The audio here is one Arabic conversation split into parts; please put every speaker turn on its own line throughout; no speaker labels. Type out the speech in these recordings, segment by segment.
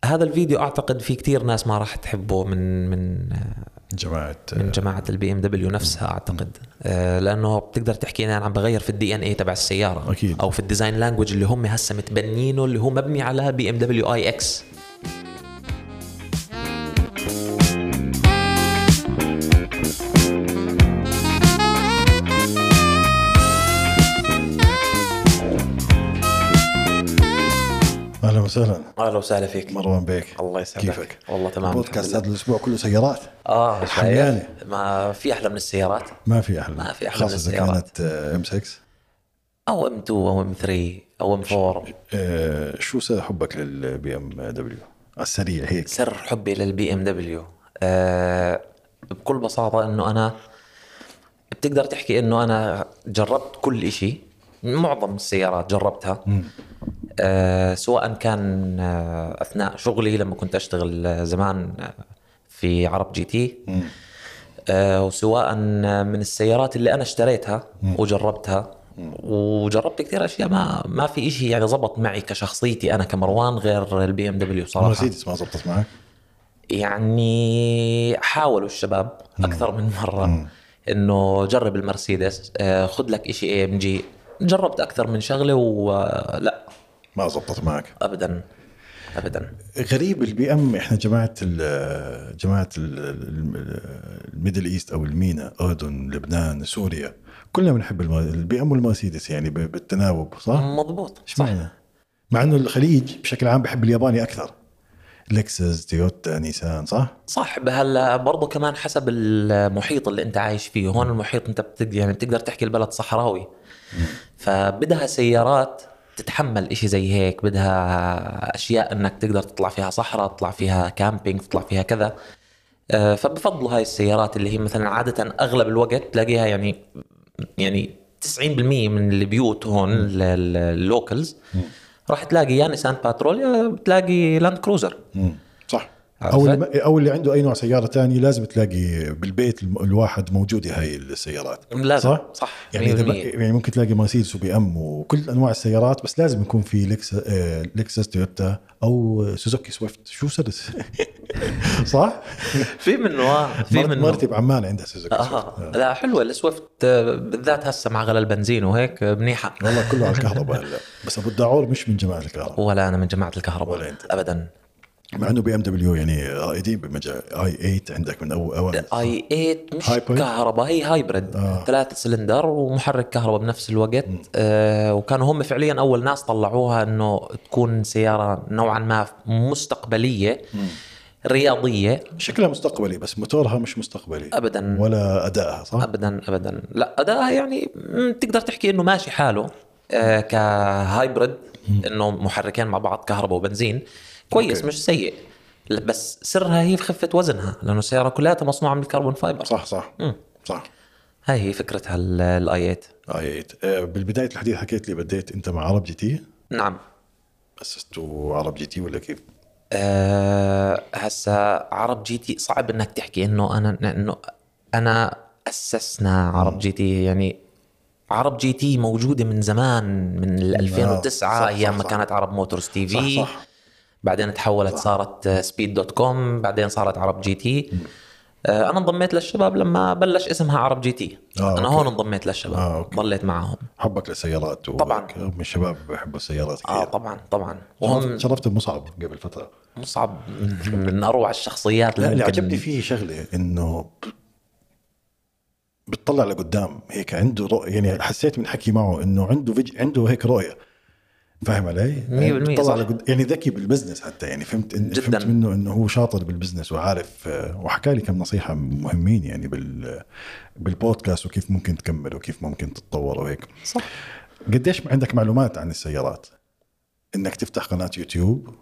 هذا الفيديو أعتقد في كتير ناس ما راح تحبه من جماعة البي ام دبليو نفسها أعتقد. لأنه بتقدر تحكي أنا عم بغير في الدي ان اي تبع السيارة
أكيد.
أو في الديزاين لانجوج اللي هم هسه متبنينه اللي هو مبني على بي ام دبليو اي اكس.
أهلا وسهلا.
أهلا وسهلا فيك
مروان بيك.
الله يسعدك.
كيفك؟
والله تمام.
البودكاست هذا الأسبوع كله سيارات.
شايف ما في أحلى من السيارات.
ما في أحلى
من
السيارات. كانت M6
أو M2 أو M3 أو M4.
شو سر حبك للبي ام دبليو السريع هيك؟
سر حبي للبي ام دبليو بكل بساطة إنه أنا بتقدر تحكي إنه أنا جربت كل إشي، معظم السيارات جربتها. سواء كان أثناء شغلي لما كنت أشتغل زمان في عرب جي تي، وسواء من السيارات اللي أنا اشتريتها وجربتها، وجربت كثير أشياء ما في إشي يعني زبط معي كشخصيتي أنا كمروان غير البي ام دبليو صراحة.
مرسيدس ما زبطت معك؟
يعني حاولوا الشباب أكثر من مرة إنه جرب المرسيدس، خد لك إشي اي ام جي. جربت أكثر من شغلة ولا
ما زبطت معك
أبدا.
غريب البي ام. احنا جماعة الميدل ايست او المينا، اردن، لبنان، سوريا، كلنا بنحب البي ام والمرسيدس يعني بالتناوب، صح؟
مضبوط.
صح. مع انه الخليج بشكل عام بحب الياباني اكثر، لكسس، تويوتا، نيسان، صح.
هلا برضو كمان حسب المحيط اللي انت عايش فيه. هون المحيط انت يعني بتقدر تحكي البلد صحراوي، فبدها سيارات تتحمل إشي زي هيك، بدها أشياء أنك تقدر تطلع فيها صحراء، تطلع فيها كامبينج، تطلع فيها كذا. فبفضلوا هاي السيارات اللي هي مثلا عادة أغلب الوقت تلاقيها يعني 90% من البيوت هون اللوكلز راح تلاقي يا نيسان باترول يا بتلاقي لاند كروزر.
صح. أو اللي عنده أي نوع سيارة تاني لازم تلاقي بالبيت الواحد موجودة هاي السيارات.
لازم. صح.
يعني ممكن تلاقي مرسيدس وبي ام وكل أنواع السيارات، بس لازم يكون في لكسس، تويوتا أو سوزوكي سويفت. شو سدس؟ صح.
في منه
مرتي بعمان عندها سوزوكي سويفت.
لا حلوة السويفت بالذات هسه مع غلا البنزين وهيك منيحة.
والله كله على الكهرباء هلا. بس أبو الدعور مش من جماعة الكهرباء.
ولا أنا من جماعة الكهرباء أبدا.
مع انه بي ام دبليو يعني رائدين بمجال اي 8 عندك من اول
اي 8 مش كهرباء، هي هايبريد 3 سلندر ومحرك كهرباء بنفس الوقت. وكانوا هم فعليا اول ناس طلعوها انه تكون سياره نوعا ما مستقبليه رياضيه.
شكلها مستقبلي بس موتورها مش مستقبلي
ابدا،
ولا ادائها. صح.
ابدا لا ادائها يعني تقدر تحكي انه ماشي حاله كهايبريد، انه محركين مع بعض كهرباء وبنزين كويس. أوكي. مش سيء، بس سرها هي في خفة وزنها، لأنه السيارة كلها مصنوعة من الكربون فايبر.
صح.
هاي هي فكرتها الاي 8.
بالبداية الحديث حكيت لي بديت أنت مع عرب جي تي.
نعم.
أسستوا عرب جي تي ولا كيف؟
هسا عرب جي تي صعب إنك تحكي إنه أنا أسسنا عرب جي تي. يعني عرب جي تي موجودة من زمان، من 2009 أيام ما كانت عرب موتورز تي في.
صح.
بعدين تحولت صارت speed.com، بعدين صارت عرب جي تي. أنا انضميت للشباب لما بلش اسمها عرب جي تي. أنا هون انضميت للشباب. ضليت معهم.
حبك للسيارات
طبعا.
من الشباب بيحبوا السيارات كثير.
طبعا.
شرفت بمصعب قبل فترة.
مصعب من أروع الشخصيات.
اللي عجبني فيه شغلة إنه بتطلع لقدام هيك، عنده رؤية. يعني حسيت من حكي معه إنه عنده هيك رؤية. فاهم علي؟
100% صح.
يعني ذكي بالبزنس حتى. يعني فهمت منه انه هو شاطر بالبزنس وعارف. وحكى لي كم نصيحة مهمين يعني بالبودكاست، وكيف ممكن تكمل وكيف ممكن تتطور وهيك.
صح.
قديش عندك معلومات عن السيارات انك تفتح قناة يوتيوب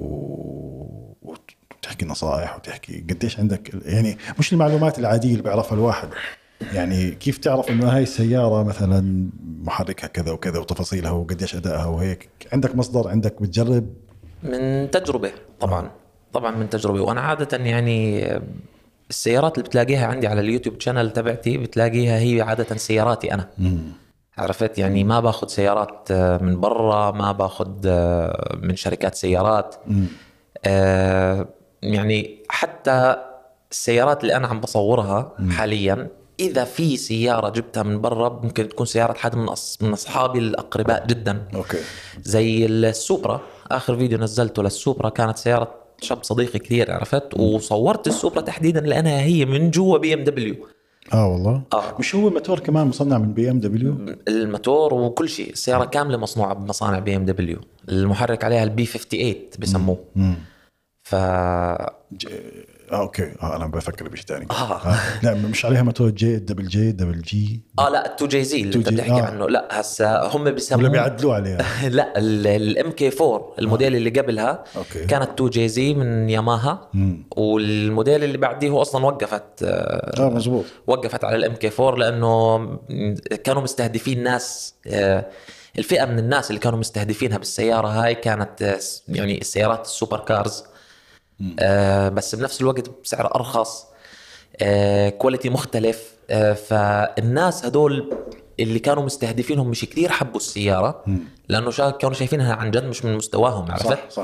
وتحكي نصائح وتحكي؟ قديش عندك يعني مش المعلومات العادية اللي بيعرفها الواحد؟ يعني كيف تعرف انه هاي السيارة مثلا محركها كذا وكذا وتفاصيلها وقديش ادائها وهيك؟ عندك مصدر؟ عندك بتجرب؟
من تجربة طبعا. طبعا من تجربة. وانا عادة يعني السيارات اللي بتلاقيها عندي على اليوتيوب شانل تبعتي بتلاقيها هي عادة سياراتي انا. عرفت يعني ما باخد سيارات من برا، ما باخد من شركات سيارات. يعني حتى السيارات اللي أنا عم بصورها حاليا، إذا في سيارة جبتها من برا ممكن تكون سيارة حد من أصحابي الأقرباء جدا.
اوكي.
زي السوبرا، آخر فيديو نزلته للسوبرا كانت سيارة شاب صديقي كثير، عرفت، وصورت السوبرا تحديدا لأنها هي من جوا بي ام دبليو.
والله. مش هو الموتور كمان مصنع من بي ام دبليو؟
الموتور وكل شيء، السيارة كاملة مصنوعة بمصانع بي ام دبليو. المحرك عليها البي 58 بسموه. ف
اوكي. انا بفكر بشيء ثاني. لا مش عليها موتور دبل جي.
لا 2 جي زي اللي انت بتحكي عنه. لا هسا هم بيسموه
ولا بيعدلوا عليها.
لا الام كي 4 الموديل اللي قبلها
أوكي.
كانت 2 جي زي من ياماها. والموديل اللي بعديه هو اصلا وقفت.
مزبوط.
وقفت على الام كي 4 لانه كانوا مستهدفين ناس. الفئة من الناس اللي كانوا مستهدفينها بالسيارة هاي كانت يعني السيارات السوبر كارز. بس بنفس الوقت بسعر أرخص، كواليتي مختلف. فالناس هدول اللي كانوا مستهدفينهم مش كتير حبوا السيارة، لأنه كانوا شايفينها عن جد مش من مستواهم، عرفت؟
صح.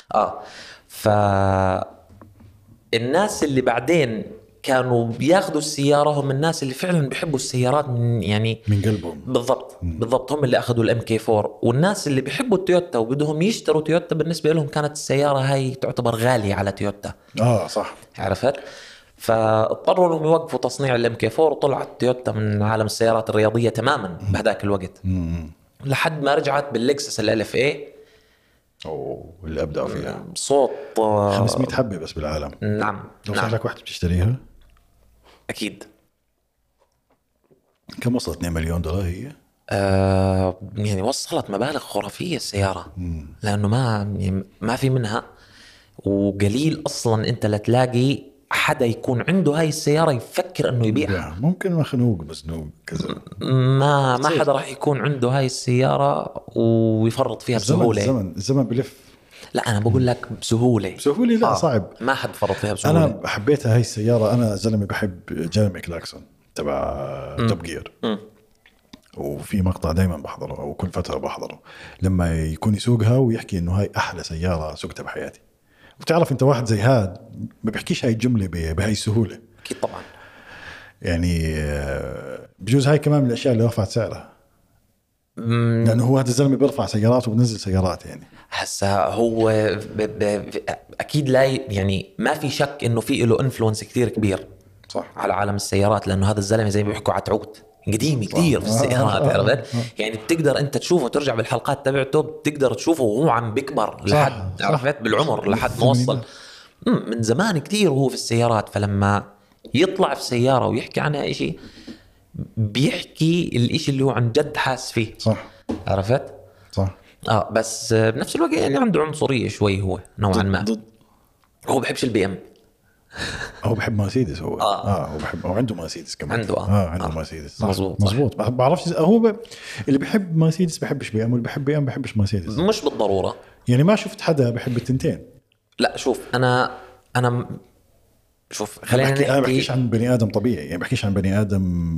فالناس اللي بعدين كانوا بياخدوا السيارة هم الناس اللي فعلا بيحبوا السيارات من
قلبهم.
بالضبط هم اللي أخذوا الام كي 4. والناس اللي بيحبوا التويوتا وبدهم يشتروا تويوتا بالنسبة لهم كانت السيارة هاي تعتبر غالية على تويوتا.
صح.
عرفت؟ فاضطروا انهم يوقفوا تصنيع الام كي 4 وطلعت تويوتا من عالم السيارات الرياضية تماما بهذاك الوقت. لحد ما رجعت باللكسس الالف اي.
اللي ابدعوا فيها
صوت
500 حبة بس بالعالم.
نعم.
لو صار لك واحدة بتشتريها
اكيد.
كم وصلت؟ 2 مليون دولار هي؟
يعني وصلت مبالغ خرافية السيارة. لانه ما في منها، وقليل اصلا انت لتلاقي حدا يكون عنده هاي السيارة يفكر انه يبيعها.
ممكن مخنوق مزنوق كذا.
ما حدا راح يكون عنده هاي السيارة ويفرط فيها بسهولة.
الزمن بلف.
لا أنا بقول لك بسهولة.
لا صعب.
ما حد فرط فيها بسهولة.
أنا حبيتها هاي السيارة. أنا زلمة بحب جيرمي كلاكسون تبع توب جير. وفي مقطع دايما بحضره أو كل فترة بحضره لما يكون يسوقها ويحكي إنه هاي أحلى سيارة سوقتها بحياتي. وتعرف أنت واحد زي هاد ما بيحكيش هاي الجملة بهاي السهولة.
أكيد طبعا.
يعني بجوز هاي كمان من الأشياء اللي رفعت سعرها، لأنه هو هذا الزلمة بيرفع سيارات وبنزل سيارات. يعني
هسا هو أكيد لا، يعني ما في شك إنه في له إنفلونس كتير كبير
صح
على عالم السيارات، لأنه هذا الزلمة زي ما بيحكوا عتعود قديم كتير في السيارات. عرفت؟ يعني بتقدر أنت تشوفه، ترجع بالحلقات تبعته بتقدر تشوفه وهو عم بيكبر لحد عرفت بالعمر لحد ما وصل من زمان كتير وهو في السيارات. فلما يطلع في سيارة ويحكي عنها إشي بيحكي الإشي اللي هو عن جد حاس فيه.
صح.
عرفت؟
صح.
بس بنفس الوقت يعني عنده عنصرية شوي هو نوعا ما. هو بحبش البي ام.
هو بحب مرسيدس. هو هو بحب، هو عنده مرسيدس كمان. عنده مرسيدس. مزبوط. ما بعرفش هو اللي بحب مرسيدس بحبش بي ام، واللي بحب بي ام بحبش مرسيدس.
مش بالضرورة
يعني ما شفت حدا بحب التنتين.
لا شوف انا شوف خلينا
نحكي. انا بحكيش عن بني ادم طبيعي، يعني بحكيش عن بني ادم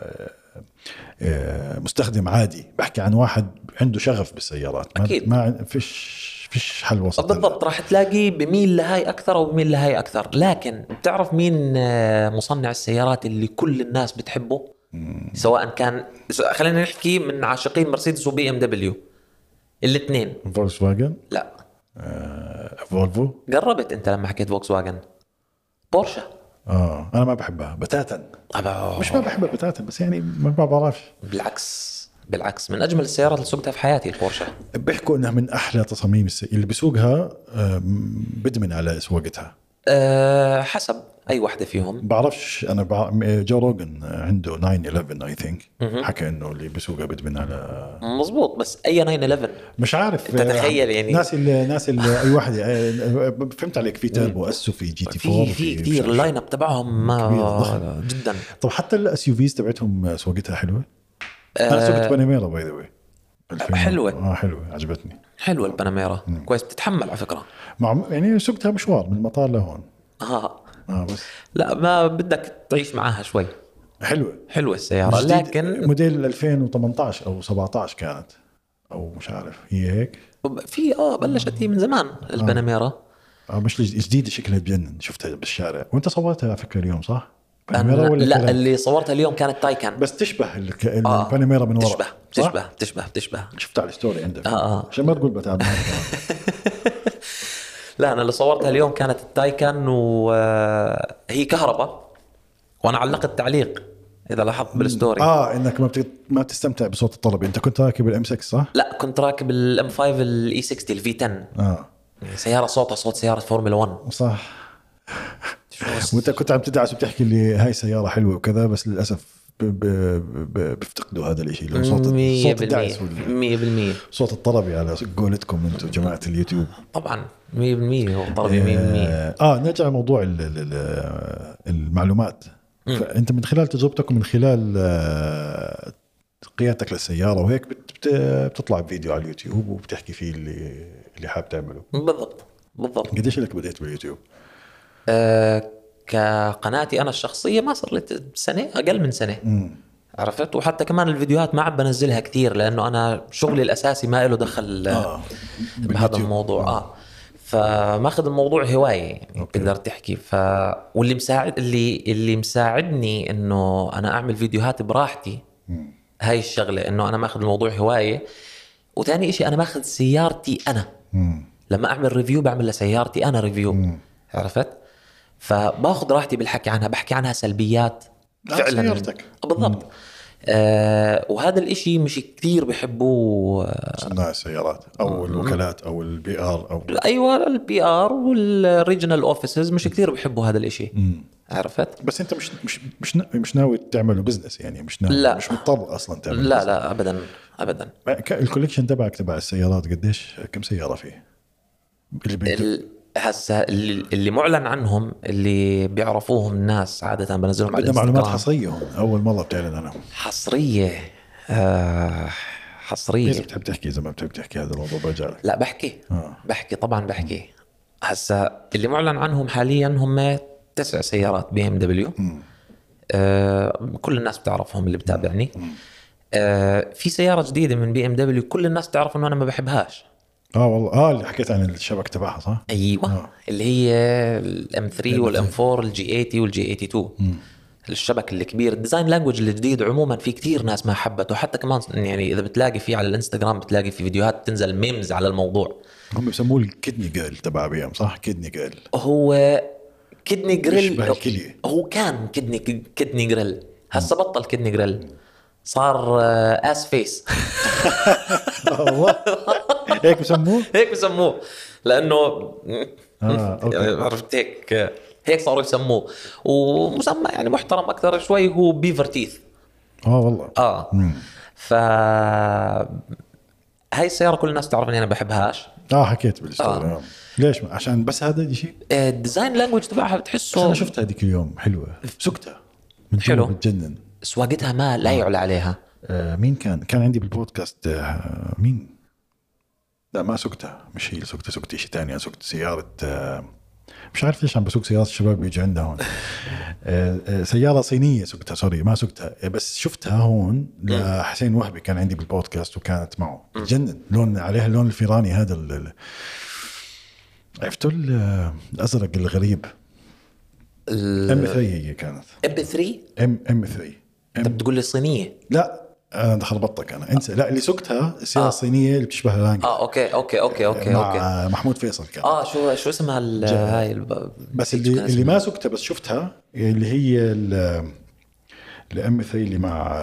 مستخدم عادي. بحكي عن واحد عنده شغف بالسيارات.
أكيد.
ما فيش حل وسط.
بالضبط. راح تلاقي بميل لهاي اكثر او بميل لهاي اكثر. لكن بتعرف مين مصنع السيارات اللي كل الناس بتحبه؟ سواء كان خلينا نحكي من عاشقين مرسيدس وبي ام دبليو الاثنين.
فولكس واجن؟
لا.
فولفو.
قربت انت لما حكيت فولكس واجن. بورشا.
انا ما بحبها بتاتا. مش ما بحبها بتاتا، بس يعني ما بعرفش.
بالعكس من اجمل السيارات اللي سوقتها في حياتي البورشا.
بيحكوا انها من احلى تصاميم اللي بيسوقها بدمن على سواقتها.
حسب اي واحدة فيهم.
بعرفش انا جو روجن عنده 911 اي ثينك حكى انه اللي بيسوقها بدمن على.
مزبوط. بس اي 911
مش عارف.
تتخيل يعني
ناس اللي اي واحد فهمت عليك. في تابو اسو في جي تي 4
في كثير اللاين اب تبعهم جدا.
طب حتى الاس يو فيز تبعتهم سواقتها حلوه. انا سوقت باناميرا باي ذا واي.
حلوه.
حلوه عجبتني.
حلوه الباناميرا. كويس بتتحمل على فكره.
يعني سوقتها مشوار من المطار لهون. بس
لا ما بدك تعيش معاها شوي.
حلوه
السياره. لكن
موديل 2018 او 17 كانت، او مش عارف هي هيك.
في بلشت هي من زمان الباناميرا.
مش جديده شكلها بجنن، شفتها بالشارع وانت صورتها على فكره اليوم صح؟
لا
كلام؟
اللي صورتها اليوم كانت تايكان.
بس تشبه الباناميرا من ورا.
تشبه.
شفتها على الستوري عندك.
آه.
عشان ما تقول بتعب.
لا انا اللي صورتها اليوم كانت التايكان وهي كهرباء، وانا علقت تعليق اذا لاحظت بالستوري.
انك ما بتستمتع بصوت الطلبي. انت كنت راكب الام 6 صح؟
لا كنت راكب الام 5 الاي 60 الفي 10. سياره صوتها صوت سياره فورمولا 1
صح. وانت كنت عم تدعس وبتحكي لي هاي سياره حلوه وكذا، بس للاسف بيفتقدوا هذا الشيء، لو صوت الدعس
100%
صوت الطربي على قولتكم انتم جماعه اليوتيوب.
طبعا 100% هو طربي 100%.
نرجع لموضوع المعلومات. فانت من خلال تجربتك ومن خلال قيادتك للسياره وهيك بتطلع بفيديو على اليوتيوب وبتحكي فيه اللي حاب تعمله.
بالضبط.
قديش لك بديت باليوتيوب؟
كقناتي انا الشخصيه ما صار لي سنه، اقل من سنه. عرفت. وحتى كمان الفيديوهات ما عم بنزلها كثير لانه انا شغلي الاساسي ما له دخل بهذا الموضوع. فماخذ الموضوع هوايه يعني تقدر تحكي. واللي مساعد اللي مساعدني انه انا اعمل فيديوهات براحتي هاي الشغله، انه انا ماخذ الموضوع هوايه. وثاني شيء انا ماخذ سيارتي انا. لما اعمل ريفيو بعمل لسيارتي انا ريفيو. عرفت. فباخذ راحتي بالحكي عنها، بحكي عنها سلبيات فعلا
سيارتك.
بالضبط. وهذا الاشي مش كثير بيحبوه
صناع السيارات او الوكالات او البي ار او
ايوه البي ار والريجنال اوفيسز مش كثير بيحبوا هذا الاشي. عرفت.
بس انت مش ناوي تعمله بزنس يعني؟ مش ناوي.
لا.
مش مضطر اصلا تعمل.
لا ابدا.
الكوليكشن تبع السيارات قديش؟ كم سياره فيه؟
هسه اللي معلن عنهم اللي بيعرفوهم الناس عادة بنزلهم على
الانستغرام. معلومات حصرية هون أول مرة بتعلن عنهم.
حصرية.
إذا بتحب تحكي، إذا ما بتحب تحكي هذا الموضوع برجع لك.
لا بحكي طبعا بحكي. هسه اللي معلن عنهم حاليا هم 9 سيارات بي ام دبليو. كل الناس بتعرفهم اللي بتابعني. في سيارة جديدة من بي ام دبليو كل الناس تعرف انه انا ما بحبهاش.
والله اللي حكيت عن الشبك تبعها صح؟
ايوه. اللي هي الام 3 والام 4 الجي 80 والجي 82. الشبك الكبير. الديزاين لانجوج الجديد عموما في كتير ناس ما حبته. وحتى كمان يعني اذا بتلاقي فيه على الانستغرام بتلاقي في فيديوهات تنزل ميمز على الموضوع.
هم بسموه الكدني جيرل تبع بي ام صح؟ كدني جيرل.
هو كدني جريل.
هو
كان كدني جريل. هسه بطل كدني جريل صار اس فيس.
والله هيك
بسموه لانه
أوكي.
عرفت هيك صاروا يسموه. ومسمى يعني محترم اكثر شوي هو بيفر تيث.
والله
ف هاي السياره كل الناس تعرف اني انا بحبهاش.
حكيت بالستوري. ليش؟ عشان بس هذا الشيء
الديزاين لانجوج تبعها بتحسه.
انا شفتها هذيك اليوم حلوه، سكتها من
حلو
بتجنن.
سواقتها ما لا يعلى عليها.
مين كان عندي بالبودكاست مين؟ لا ما سكتها، مش هي سكت شيء ثاني. انا سكت سياره مش عارف ليش عم بسوق سيارات الشباب بيجي عندها هون. سياره صينيه سكتها، سوري ما سكتها، بس شفتها هون لحسين وهبي كان عندي بالبودكاست وكانت معه تجنن. لون عليها اللون الفيراني هذا عرفتوا الازرق الغريب. ام 3 هي كانت
ام 3.
ام 3.
انت بتقول لي صينيه؟
لا انا خربطتك انا انسى. لا اللي سكتها السياره الصينيه اللي بتشبه لانج.
اوكي
مع محمود فيصل كان.
شو اسمها هاي
بس اللي ما سكتها بس شفتها اللي هي الام 3 اللي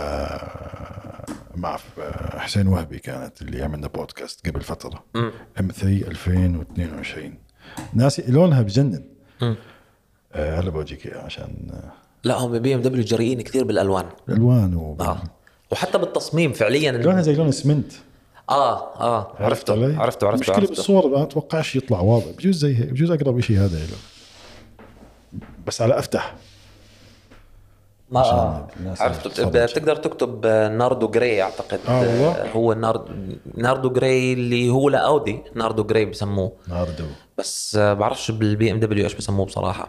مع حسين وهبي كانت، اللي عملنا بودكاست قبل فتره. ام 3 2022 ناسي لونها بجنن. هلا بوجيك عشان
لا هم بي ام دبليو جريئين كثير بالالوان. وحتى بالتصميم فعليا
لونها زي لون السمنت.
عرفته
مشكلة بالصور ما اتوقعش يطلع واضح. بجوز زي هيك، بجوز اقرب شيء هذا له، بس على افتح
ما عرفت. بتقدر تكتب ناردو جراي اعتقد. هو ناردو جراي اللي هو لاودي ناردو جراي بسموه
ناردو،
بس بعرفش بالبي ام دبليو ايش بسموه بصراحه.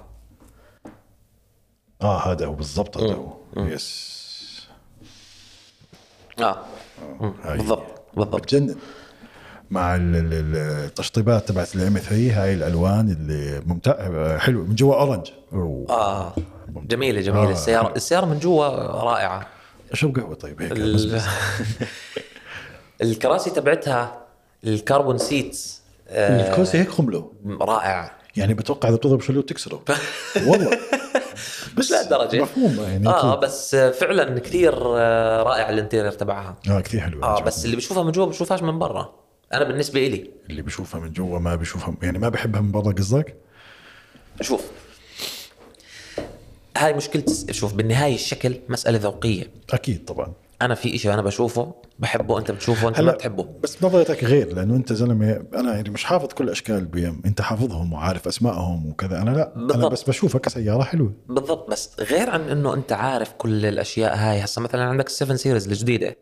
هذا هو بالضبط. هذا هو يس.
بالضبط
بتجنن. التشطيبات تبعت الام 3 هاي الالوان اللي ممتع حلو من جوا اورنج.
جميله السياره من جوا رائعه.
اشرب قهوه طيب هيك.
الكراسي تبعتها الكربون سيتس
الكرسي هيك خمله
رائع
يعني، بتوقع اذا بتضرب شلوت تكسره والله.
بس لا درجه
مفهوم يعني
بس فعلا كثير رائع الانتيرير تبعها.
كثير حلو
بس اللي بشوفها من جوا بشوفهاش من برا. انا بالنسبه لي
اللي بشوفها من جوا ما بشوفها يعني ما بحبها من برا. قصدك
شوف هاي مشكلتي. شوف بالنهايه الشكل مساله ذوقيه.
اكيد طبعا.
انا في إشي انا بشوفه بحبه انت بتشوفه انت ما بتحبه.
بس نظرتك غير لانه انت زلمه. انا يعني مش حافظ كل اشكال البي ام، انت حافظهم وعارف اسمائهم وكذا. انا لا بالضبط. انا بس بشوفها كسياره حلوه
بالضبط. بس غير عن انه انت عارف كل الاشياء هاي. هسه مثلا عندك ال7 سيريز الجديده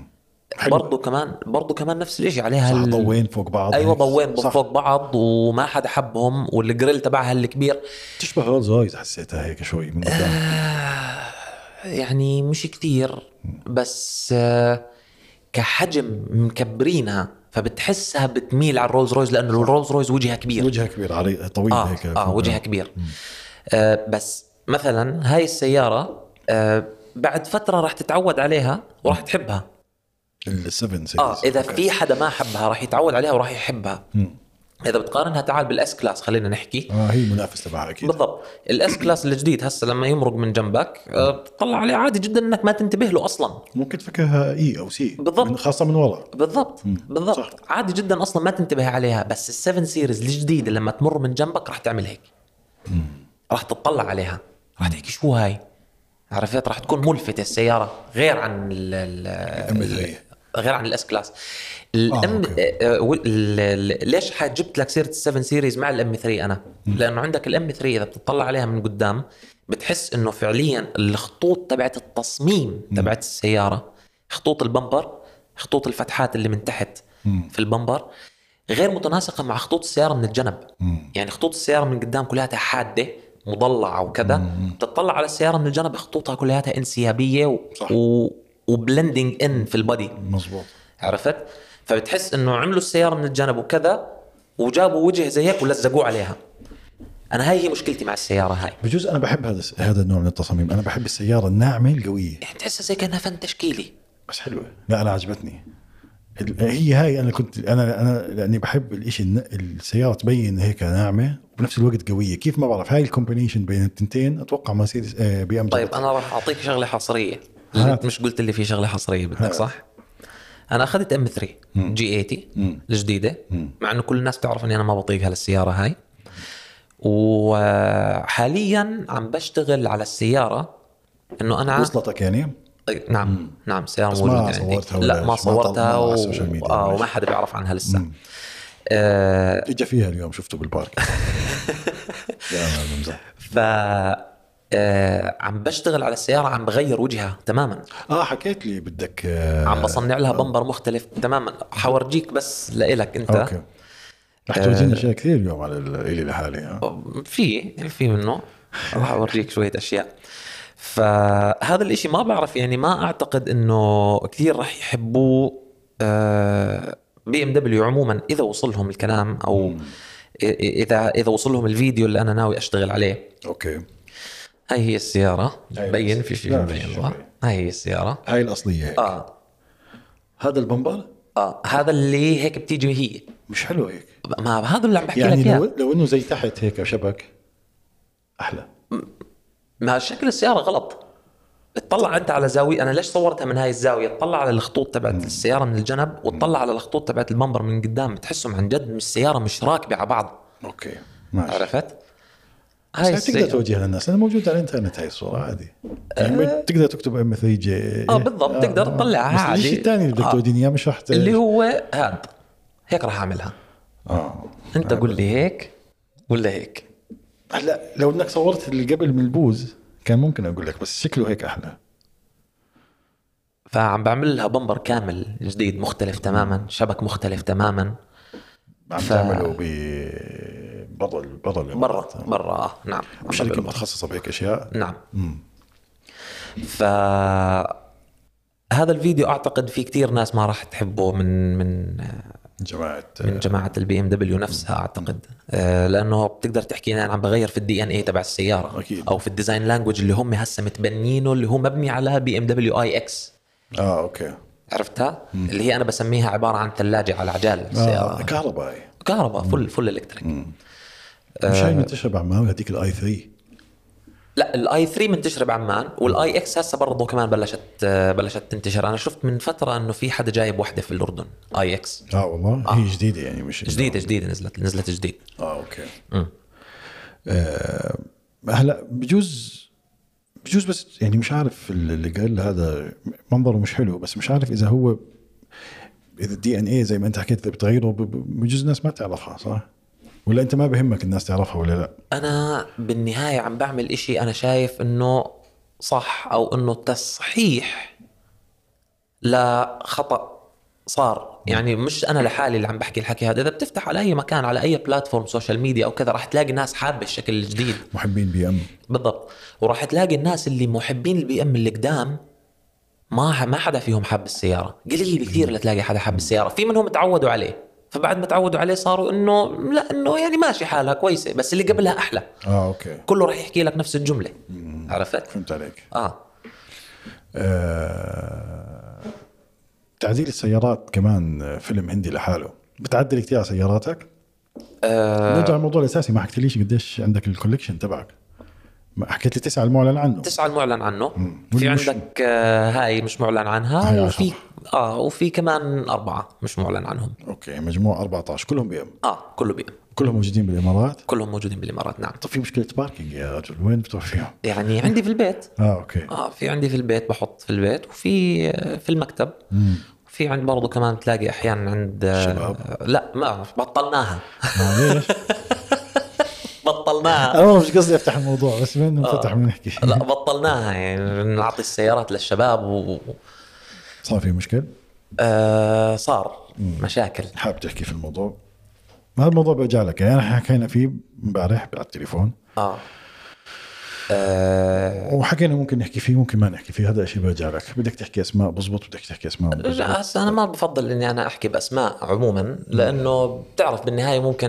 برضو كمان نفس الاشي عليها
ضوين فوق بعض.
ايوه ضوين فوق بعض وما حدا حبهم. والجريل تبعها الكبير
تشبه رولز رويس. حسيتها هيك شوي من قدام
يعني مش كتير بس كحجم مكبرينها فبتحسها بتميل على الرولز رويس لانه الرولز رويس وجهها كبير
عريض طويل هيك
وجهها كبير. بس مثلا هاي السيارة بعد فترة راح تتعود عليها وراح تحبها.
السفن
إذا في حدا ما حبها راح يتعود عليها وراح يحبها. إذا بتقارنها تعال بالأس كلاس خلينا نحكي.
هي منافس تبعها أكيد.
بالضبط. الأس كلاس الجديد هسه لما يمرق من جنبك تطلع عليه عادي جدا إنك ما تنتبه له أصلا.
ممكن تفكرها إي أو سي.
بالضبط.
خاصة من ورا.
بالضبط. صح. عادي جدا أصلا ما تنتبه عليها. بس السفن سيريز الجديدة لما تمر من جنبك راح تعمل هيك. راح تطلع عليها راح تحكي شو هاي. عرفت راح تكون ملفتة السيارة غير عن غير عن الاس كلاس. ليش جبت لك سيرة ال7 سيريز مع الام 3 انا؟ لانه عندك الام 3 اذا بتطلع عليها من قدام بتحس انه فعليا الخطوط تبعت التصميم تبعت السيارة، خطوط البمبر، خطوط الفتحات اللي من تحت في البمبر غير متناسقة مع خطوط السيارة من الجنب. يعني خطوط السيارة من قدام كلها حادة مضلعة وكذا. تطلع على السيارة من الجنب خطوطها كلها انسيابية وبلندنج ان في البادي.
مزبوط.
عرفت؟ فبتحس انه عملوا السيارة من الجنب وكذا وجابوا وجه زي هيك ولزقوه عليها. انا هاي هي مشكلتي مع السيارة هاي.
بجوز انا بحب هذا النوع من التصاميم. انا بحب السيارة الناعمة القوية
يعني تحسها زي كأنها فن تشكيلي
بس حلوة. لا انا عجبتني هي هاي. انا لاني بحب الاشي السيارة تبين هيك ناعمة وبنفس الوقت قوية. كيف ما بعرف هاي الكومبينيشن بين التنتين اتوقع مرسيدس بي ام.
طيب انا راح اعطيك شغلة حصرية. مش قلت اللي فيه شغلة حصرية بدك صح؟ انا اخذت ام 3 جي 80 الجديدة مع انه كل الناس تعرف اني انا ما بطيق هالسيارة هاي. وحاليا عم بشتغل على السيارة انه انا
وصلتك يعني.
نعم سيارة موجودة يعني. لا ما صورتها وما حدا بيعرف عنها لسه.
اجى فيها اليوم شفته بالبارك.
عم بشتغل على السيارة عم بغير وجهها تماما.
حكيت لي بدك
عم بصنع لها بمبر مختلف تماما. حورجيك بس لإلك انت.
اوكي. رح تورجيني اشياء كثير اليوم على الي لحالي.
في منه راح اورجيك شوية اشياء. فهذا الاشي ما بعرف يعني ما اعتقد انه كثير راح يحبوه بي ام دبليو عموما اذا وصلهم الكلام او اذا وصلهم الفيديو اللي انا ناوي اشتغل عليه.
اوكي.
هاي هي السيارة. بين في شيء مبين. هاي هي السيارة.
هاي الأصلية هيك. هذا البمبر.
هذا اللي هيك بتيجي هي.
مش حلو هيك.
ما هذا اللي عم بحكي
يعني
لك
يعني لو إنه زي تحت هيك شبك أحلى.
ما شكل السيارة غلط. تطلع أنت على زاوية. أنا ليش صورتها من هاي الزاوية؟ تطلع على الخطوط تبعت السيارة من الجنب وتطلع على الخطوط تبعت البمبر من قدام بتحسهم عن جد مش السيارة مش راكبة على بعض.
أوكي ماشي.
عرفت؟
هاي تقدر توجهها للناس. أنا موجود على الإنترنت هاي الصورة عادي. يعني تقدر تكتب ام 3 جي.
بالضبط تقدر تطلعها عادي.
الشيء الثاني اللي بدك توديني إياه مش راح
اللي هو هاد هيك راح أعملها. أنت قل لي هيك ولا هيك.
هلا لو إنك صورت اللي قبل من البوز كان ممكن أقول لك بس شكله هيك أحلى.
فعم بعمل لها بمبر كامل جديد مختلف تماما. شبك مختلف تماما.
عم تعمله برا.
نعم.
شركة متخصصة بهيك أشياء.
نعم. فهذا الفيديو أعتقد في كتير ناس ما راح تحبه من من جماعة البي ام دبليو نفسها اعتقد. لانه بتقدر تحكي انا عم بغير في الدي ان اي تبع السيارة
أكيد.
او في الديزاين لانجوج اللي هم هسه متبنينه اللي هو مبني على بي ام دبليو اي اكس.
اوكي.
عرفتها؟ اللي هي انا بسميها عبارة عن ثلاجة على عجال السيارة. كهرباء فل الكتريك.
مش هاي منتشرة بعمان هذيك الاي 3؟
لا الاي 3 منتشره بعمان والاي اكس هسه برضه كمان بلشت تنتشر. انا شفت من فتره انه في حدا جايب وحده في الاردن اي اكس.
والله هي جديده يعني مش
جديده نزلت جديد.
اوكي. هلا بجوز بس يعني مش عارف اللي قال هذا منظره مش حلو، بس مش عارف اذا هو اذا الدي ان اي زي ما انت حكيت بتغيره بجوز الناس ما تعرفها صح، ولا انت ما بهمك الناس تعرفها ولا لا؟
انا بالنهايه عم بعمل اشي انا شايف انه صح او انه تصحيح لخطأ صار. يعني مش انا لحالي اللي عم بحكي الحكي هذا، اذا بتفتح على اي مكان على اي بلاتفورم سوشيال ميديا او كذا راح تلاقي ناس حابه الشكل الجديد،
محبين بي ام
بالضبط. وراح تلاقي الناس اللي محبين البي ام اللي قدام ما حدا فيهم حب السياره، قليل كثير لتلاقي حدا حب السياره. في منهم تعودوا عليه، فبعد ما تعودوا عليه صاروا انه لا انه يعني ماشي حالها كويسه بس اللي قبلها احلى.
اوكي.
كله راح يحكي لك نفس الجمله. عرفت؟
فهمت عليك. تعديل السيارات كمان فيلم هندي لحاله. بتعدل كتير على سياراتك؟ نرجع الموضوع الاساسي، ما حكيت ليش قديش عندك الكوليكشن تبعك. حكيت لي 9 المعلن عنه.
9 المعلن عنه. في عندك هاي مش معلن عنها، وفي وفي كمان 4 مش معلن عنهم.
اوكي، مجموع 14 كلهم بي ام.
كله بي ام.
كلهم موجودين بالامارات.
كلهم موجودين بالامارات نعم.
طب في مشكله باركينج يا رجل، وين بتروح فيهم؟
يعني عندي في البيت.
اوكي.
في عندي في البيت، بحط في البيت، وفي في المكتب. في عند برضو كمان تلاقي احيانا عند
الشباب.
لا ما بطلناها.
ليش؟
بطلناها.
انا مش قصدي افتح الموضوع بس من نفتح بنحكي.
لا بطلناها، يعني نعطي السيارات للشباب
صار في مشكل؟
صار مشاكل.
حاب تحكي في الموضوع؟ هذا الموضوع برجع لك، يعني احنا حكينا فيه امبارح على التليفون. وحكينا ممكن نحكي فيه ممكن ما نحكي فيه، هذا شيء برجع لك. بدك تحكي اسماء بزبط، بدك تحكي اسماء بزبط.
انا ما بفضل اني انا احكي باسماء عموما، لانه بتعرف بالنهايه ممكن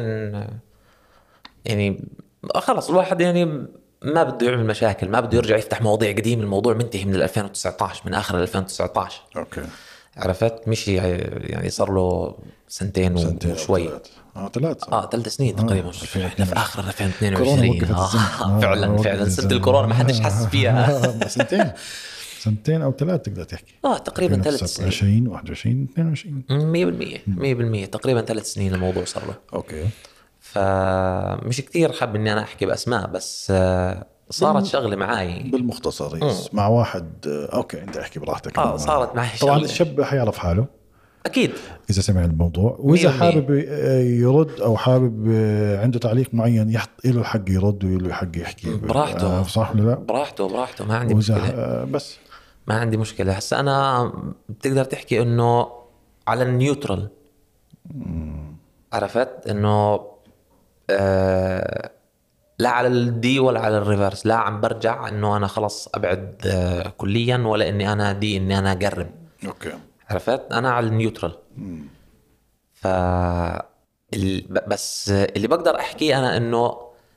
يعني خلص الواحد يعني ما بده يعمل مشاكل، ما بده يرجع يفتح مواضيع قديم. الموضوع منتهي من 2019، من اخر 2019.
اوكي.
عرفت؟ مشي يعني صار له سنتين وشوي. 3 سنين تقريبا. احنا في اخر 2022. فعلا سنة الكورونا ما حدش حس فيها.
سنتين او 3 تقدر تحكي.
تقريبا 3 سنين.
20 21 22
100% تقريبا 3 سنين الموضوع صار له.
اوكي.
فمش كتير حاب اني انا احكي باسماء، بس صارت شغله معي
بالمختصر مع واحد. اوكي انت احكي براحتك.
صارت معي
طبعا الشاب حيعرف حاله
اكيد
اذا سمع الموضوع، واذا حابب يرد او حابب عنده تعليق معين يحط له الحق يرد وله الحق يحكي
براحته.
صح ولا لا؟
براحته ما عندي مشكله.
بس
ما عندي مشكله. هسه انا بتقدر تحكي انه على النيوترال. عرفت انه لا على الدي ولا على الريفرس. لا عم برجع انه انا خلص ابعد كليا، ولا اني انا دي اني انا اقرب.
اوكي.
عرفت؟ انا على النيوترال. بس اللي بقدر احكي انا انه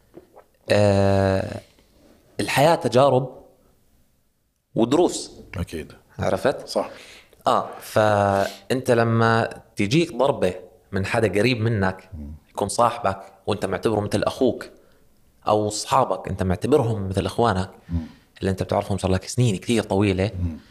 الحياة تجارب ودروس.
اكيد.
عرفت؟
صح.
فانت لما تجيك ضربة من حدا قريب منك، يكون صاحبك وانت معتبره مثل اخوك، او اصحابك انت معتبرهم مثل اخوانك اللي انت بتعرفهم صار لك سنين كثير طويلة،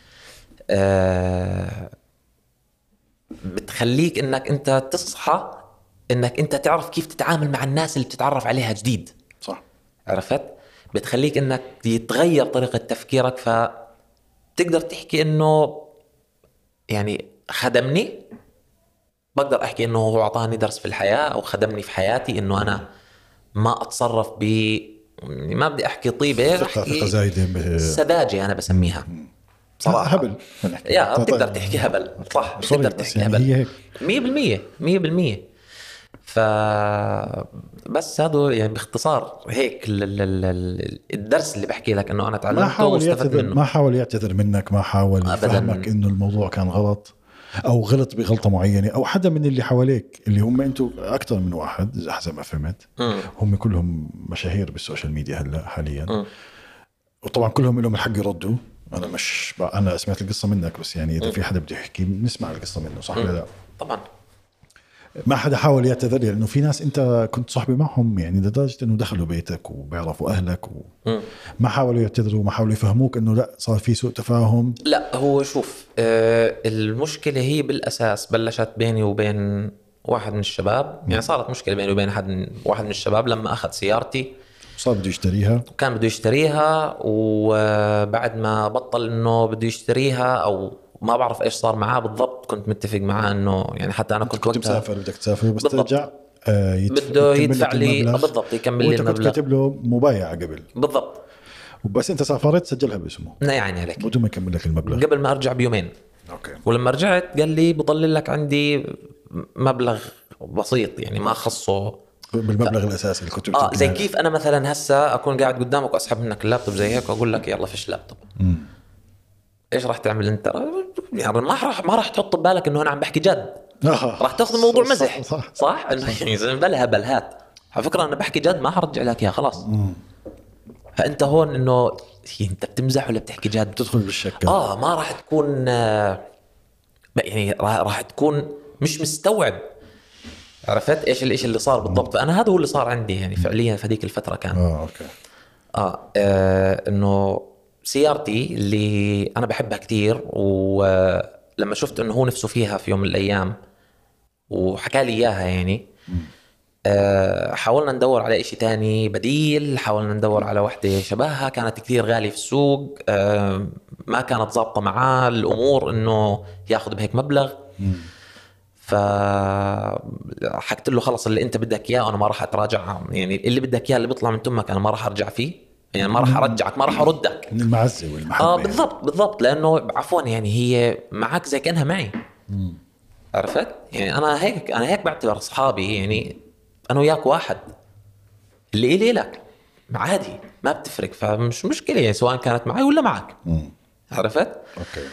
بتخليك انك انت تصحى انك انت تعرف كيف تتعامل مع الناس اللي بتتعرف عليها جديد.
صح.
عرفت؟ بتخليك انك يتغير طريقة تفكيرك، فتقدر تحكي انه يعني خدمني. بقدر احكي انه هو اعطاني درس في الحياة او خدمني في حياتي، انه انا ما اتصرف ما بدي احكي طيبة، احكي سذاجة انا بسميها صراحة.
هبل.
بتقدر تحكي هبل. صح. بتقدر تحكي هبل 100%. بس هذا يعني باختصار هيك الدرس اللي بحكي لك انه انا تعلمته واستفدت منه.
ما حاول يعتذر منك، ما حاول يفهمك انه الموضوع كان غلط. او غلط بغلطه معينه، او حدا من اللي حواليك اللي هم انتم اكثر من واحد حسب ما فهمت، هم كلهم مشاهير بالسوشيال ميديا هلا حاليا، وطبعا كلهم لهم الحق يردوا. انا سمعت القصه منك، بس يعني اذا في حدا بده يحكي نسمع القصه منه، صح ولا لا؟
طبعا
ما حدا حاول يعتذر، لانه في ناس انت كنت صاحبي معهم يعني لدرجه انه دخلوا بيتك وبيعرفوا اهلك ما حاولوا يعتذروا، ما حاولوا يفهموك انه لا صار في سوء تفاهم.
لا، هو شوف، المشكلة هي بالأساس بلشت بيني وبين واحد من الشباب. يعني صارت مشكلة بيني وبين واحد من الشباب لما أخذ سيارتي،
صار بده يشتريها،
وكان بده يشتريها، وبعد ما بطل إنه بده يشتريها أو ما بعرف إيش صار معاه بالضبط، كنت متفق معاه إنه يعني حتى أنا كنت
مسافر، بدك تسافر بس
بالضبط.
ترجع
بده يدفع لي بالضبط، يكمل لي
المبلغ. وانت كنت كاتب له مبايعة قبل
بالضبط،
وبس انت سافرت سجلها باسمه،
يعني عليك
بدون ما يكمل لك المبلغ
قبل ما ارجع بيومين.
اوكي.
ولما رجعت قال لي بضل لك عندي مبلغ بسيط، يعني ما خصه
بالمبلغ الاساسي اللي كنت
زي كيف انا مثلا هسه اكون قاعد قدامك واسحب منك اللابتوب زي هيك واقول لك يلا فيش لابتوب، ايش راح تعمل انت؟ يعني ما راح تحط ببالك انه انا عم بحكي جد، راح تاخذ الموضوع مزح. صح يعني بلها بلهات. على فكره انا بحكي جد، ما حرجع لك يا خلاص. فانت هون انه انت بتمزح ولا بتحكي جد؟
تدخل بالشك.
ما راح تكون يعني راح تكون مش مستوعب، عرفت ايش الاشي اللي صار بالضبط. فانا هذا هو اللي صار عندي يعني فعليا في هذيك الفتره كان
اوكي.
انه سيارتي اللي انا بحبها كتير، ولما شفت انه هو نفسه فيها في يوم من الايام وحكى لي اياها يعني، حاولنا ندور على إشي تاني بديل، حاولنا ندور على وحدة شبهها، كانت كثير غالية في السوق، ما كانت ضابطة معاه الأمور إنه ياخد بهيك مبلغ. فحكت له خلص اللي أنت بدك إياه أنا ما راح أتراجع، يعني اللي بدك إياه اللي بيطلع من تمك أنا ما راح أرجع فيه، يعني ما راح أرجعك، ما راح أردك.
من المعزة والمحبة.
بالضبط لأنه عفوا يعني هي معك زي كأنها معي. عرفت يعني أنا هيك بعتبر أصحابي، يعني أنا وياك واحد، اللي إلي لك عادي ما بتفرق، فمش مشكلة يعني سواء كانت معي ولا معك. عرفت؟
أوكي.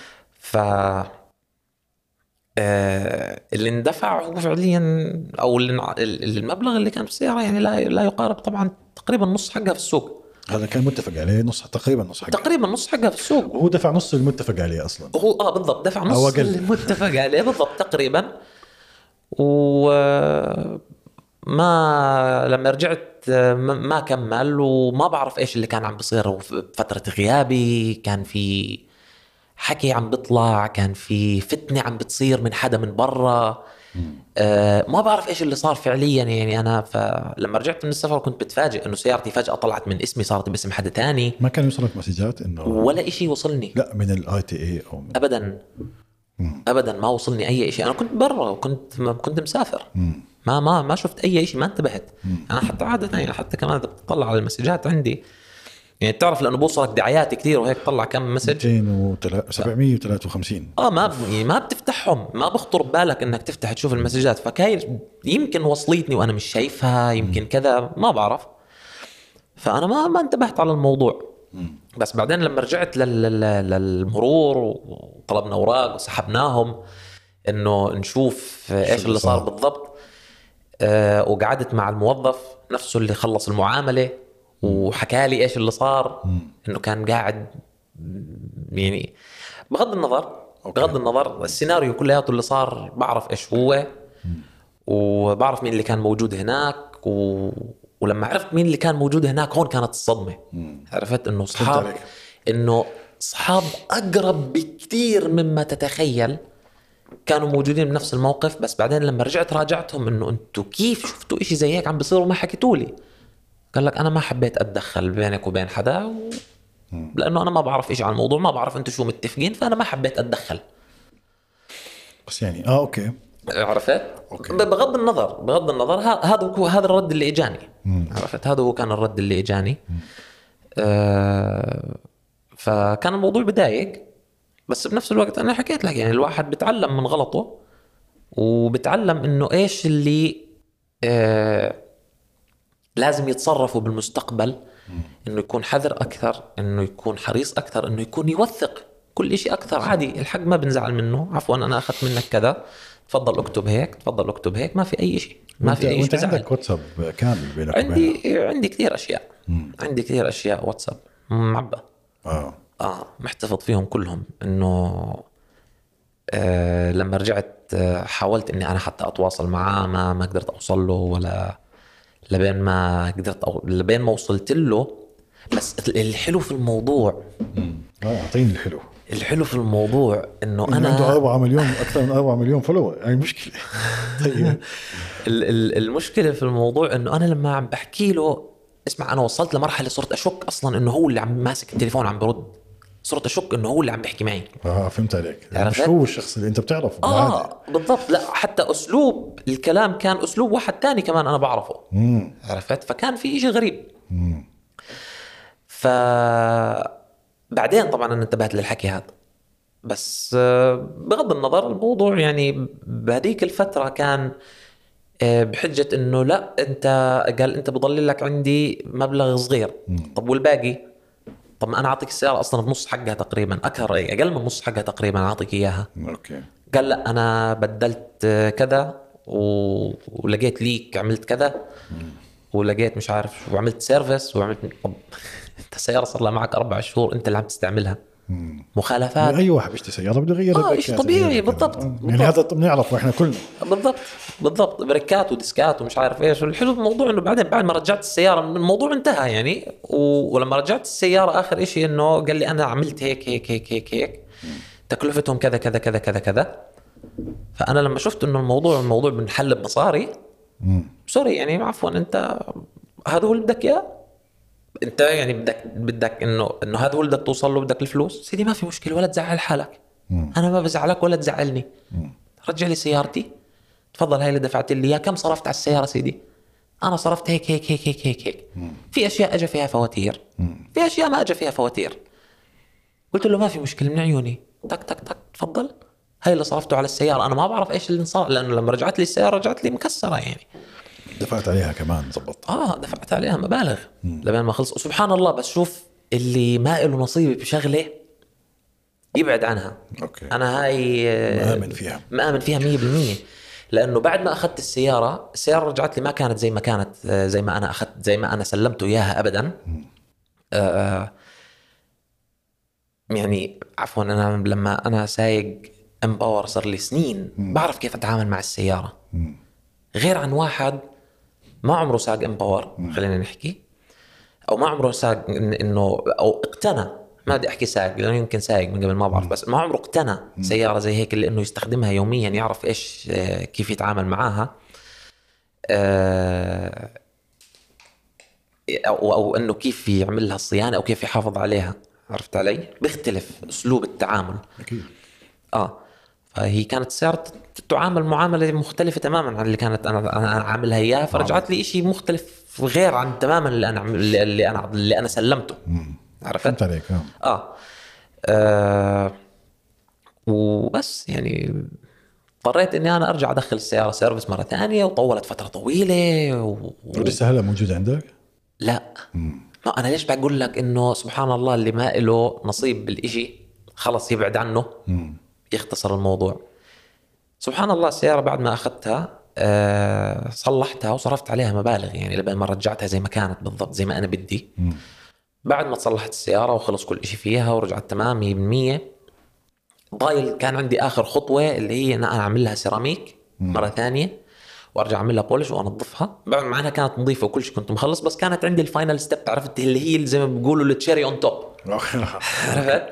اللي اندفع هو فعليا أو المبلغ اللي كان في السيارة يعني لا يقارب طبعا تقريبا نص حقها في السوق.
هذا كان متفق عليه تقريبا نص حقها
في السوق،
وهو دفع نص المتفق عليه أصلا.
هو بالضبط دفع نص المتفق عليه بالضبط تقريبا. وما لما رجعت ما كمل، وما بعرف ايش اللي كان عم بيصير. وفترة غيابي كان في حكي عم بيطلع، كان في فتنة عم بتصير من حدا من برا، ما بعرف ايش اللي صار فعليا. يعني انا فلما رجعت من السفر كنت بتفاجئ انه سيارتي فجأة طلعت من اسمي صارت باسم حدا تاني.
ما كان يوصلك مسجات انه
ولا اشي وصلني؟
لا من ITA او
ابدا ما وصلني اي شيء. انا كنت برا وكنت مسافر. ما شفت اي شيء، ما انتبهت. انا حتى عاده يعني حتى كمان اذا بتطلع على المسجات عندي يعني بتعرف لانه بوصلك دعايات كثير وهيك طلع كم مسج
753
ما بتفتحهم، ما بخطر ببالك انك تفتح تشوف المسجات. فكاين يمكن وصلتني وانا مش شايفها، يمكن كذا ما بعرف. فانا ما انتبهت على الموضوع. بس بعدين لما رجعت للمرور وطلبنا اوراق وسحبناهم انه نشوف ايش اللي صار بالضبط، وقعدت مع الموظف نفسه اللي خلص المعاملة وحكى لي ايش اللي صار. انه كان قاعد يعني بغض النظر السيناريو كلياته اللي صار بعرف ايش هو، وبعرف مين اللي كان موجود هناك. ولما عرفت مين اللي كان موجود هناك هون كانت الصدمة. عرفت انه صحاب اقرب بكتير مما تتخيل كانوا موجودين بنفس الموقف. بس بعدين لما رجعت راجعتهم انه انتوا كيف شفتوا اشي زي هيك عم بيصير وما حكيتولي؟ قال لك انا ما حبيت اتدخل بينك وبين حدا لانه انا ما بعرف اشي عن الموضوع، ما بعرف انتوا شو متفقين، فانا ما حبيت اتدخل.
بس يعني اوكي
عرفت؟ أوكي. بغض النظر هذا الرد اللي اجاني. عرفت؟ هذا هو كان الرد اللي اجاني. فكان الموضوع بدايق، بس بنفس الوقت انا حكيت لك يعني الواحد بتعلم من غلطه، وبتعلم انه ايش اللي لازم يتصرفوا بالمستقبل. انه يكون حذر اكثر، انه يكون حريص اكثر، انه يكون يوثق كل إشي أكثر عادي. الحق ما بنزعل منه، عفوا أنا أخذت منك كذا، تفضل اكتب هيك، تفضل اكتب هيك، ما في أي شيء، ما في أي شيء.
وانت عندك واتساب كامل بينك
وبينها؟ عندي كثير أشياء. عندي كثير أشياء واتساب معبى. محتفظ فيهم كلهم. إنه لما رجعت حاولت إني أنا حتى أتواصل معاه، ما قدرت أوصل له، ولا لبين ما قدرت لبين ما وصلت له. بس الحلو في الموضوع
أعطيني الحلو
في الموضوع إنه أنا
عنده 4 مليون، أكثر من 4 مليون فولور، يعني مشكلة. طيب
المشكلة في الموضوع إنه أنا لما عم بحكي له، اسمع، أنا وصلت لمرحلة صرت أشك أصلاً إنه هو اللي عم ماسك التليفون عم برد. صرت أشك إنه هو اللي عم بيحكي معي.
فهمت عليك، مش هو الشخص اللي أنت بتعرفه.
بالضبط. لا، حتى أسلوب الكلام كان أسلوب واحد تاني كمان أنا بعرفه. عرفت؟ فكان في إشي غريب. بعدين طبعاً أنا انتبهت للحكي هذا. بس بغض النظر الموضوع، يعني بهديك الفترة كان بحجة إنه لا، أنت قال أنت بضل لك عندي مبلغ صغير. طب والباقي؟ طب ما أنا أعطيك السيارة أصلاً بنص حقها تقريباً، أقل من نص حقها تقريباً أعطيك إياها.
أوكي.
قال لا، أنا بدلت كذا ولقيت ليك عملت كذا ولقيت مش عارف وعملت سيرفيس وعملت. طب أنت السيارة صار لها معك 4 شهور، أنت اللي عم تستعملها. مخالفات.
أي واحد بيشتري سيارة بده يغير
إيش طبيعي. بالضبط.
يعني هذا بنعرفه إحنا كلنا.
بالضبط بريكات وديسكات ومش عارف إيش. والحلو بالموضوع إنه بعدين بعد ما رجعت السيارة الموضوع انتهى يعني. ولما رجعت السيارة آخر إشي إنه قال لي أنا عملت هيك تكلفتهم كذا كذا كذا كذا كذا. فأنا لما شفت إنه الموضوع بنحل بمصاري، سوري يعني عفوا، أنت هذا هو اللي بدك إياه. انت يعني بدك انه هذا هو اللي بدك توصل له، بدك الفلوس. سيدي ما في مشكله، ولا تزعل حالك. انا ما بزعلك ولا تزعلني. رجع لي سيارتي، تفضل هاي اللي دفعت لي اياها. كم صرفت على السياره سيدي؟ انا صرفت هيك. في اشياء اجى فيها فواتير، في اشياء ما اجى فيها فواتير. قلت له ما في مشكله، من عيوني. تك تك تك، تفضل هاي اللي صرفته على السياره. انا ما بعرف ايش اللي صار، لانه لما رجعت لي السياره رجعت لي مكسره يعني.
دفعت عليها كمان زبط.
دفعت عليها مبالغ لبين ما خلص. وسبحان الله، بس شوف اللي ما له نصيب بشغله يبعد عنها.
أوكي.
أنا هاي مآمن فيها 100%. لأنه بعد ما أخذت السيارة رجعت لي ما كانت زي ما كانت، زي ما أنا أخذت، زي ما أنا سلمته إياها أبدا. يعني عفوا، أنا لما أنا سايق امباور صار لي سنين بعرف كيف أتعامل مع السيارة. غير عن واحد ما عمره ساق امباور، خلينا نحكي، او ما عمره ساق انه او اقتنى، ما بدي احكي ساق لانه يمكن سايق من قبل ما بعرف، بس ما عمره اقتنى سياره زي هيك اللي انه يستخدمها يوميا، يعرف ايش كيف يتعامل معاها، او انه كيف يعمل لها الصيانه او كيف يحافظ عليها. عرفت علي؟ بيختلف اسلوب التعامل
اكيد.
فهي كانت سيارة تعامل معاملة مختلفة تماما عن اللي كانت أنا عاملها إياها. فرجعت لي إشي مختلف غير عن تماما اللي أنا سلمته. عرفت؟
فهمت عليك.
وبس يعني اضطريت إني أنا أرجع أدخل السيارة سيرفيس مرة ثانية، وطولت فترة طويلة.
ولسه هلا موجود عندك؟
لا. ما أنا ليش بقول لك إنه سبحان الله اللي ما له نصيب بالإشي خلص يبعد عنه. يختصر الموضوع. سبحان الله السيارة بعد ما أخذتها صلحتها وصرفت عليها مبالغ، يعني لبين ما رجعتها زي ما كانت بالضبط زي ما أنا بدي. بعد ما تصلحت السيارة وخلص كل إشي فيها ورجعت تمام 100%، ضايل كان عندي آخر خطوة اللي هي أنا أعمل لها سيراميك مرة ثانية وأرجع أعمل لها بولش وأنظفها. بعد ما أنا كانت نظيفة وكل شيء كنت مخلص، بس كانت عندي الفاينل ستيب، عرفت اللي هي زي ما بيقولوا التشيري أون توب. عرفت؟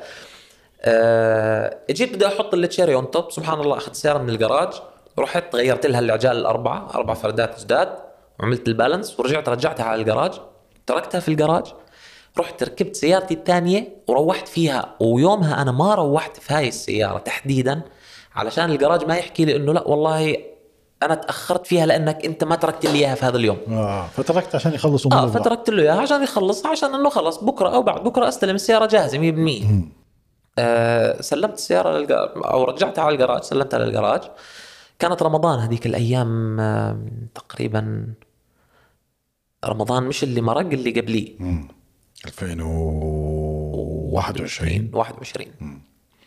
اجيت بدي احط التشيري اون توب. سبحان الله اخذت سياره من الجراج، رحت غيرت لها العجال الاربعه 4 فردات جداد وعملت البالانس ورجعت رجعتها على الجراج، تركتها في الجراج، رحت ركبت سيارتي الثانيه وروحت فيها. ويومها انا ما روحت في هاي السياره تحديدا علشان الجراج ما يحكي لي انه لا والله انا تاخرت فيها لانك انت ما تركت لي اياها في هذا اليوم.
فتركت عشان يخلصوا
فتركت له اياها عشان يخلصها، عشان انه خلص بكره او بعد بكره استلم السياره جاهزه 100%. سلمت السيارة أو رجعتها على الجراج، سلمتها للجراج. كانت رمضان هذيك الأيام، تقريبا رمضان مش اللي مرق اللي قبليه
2021.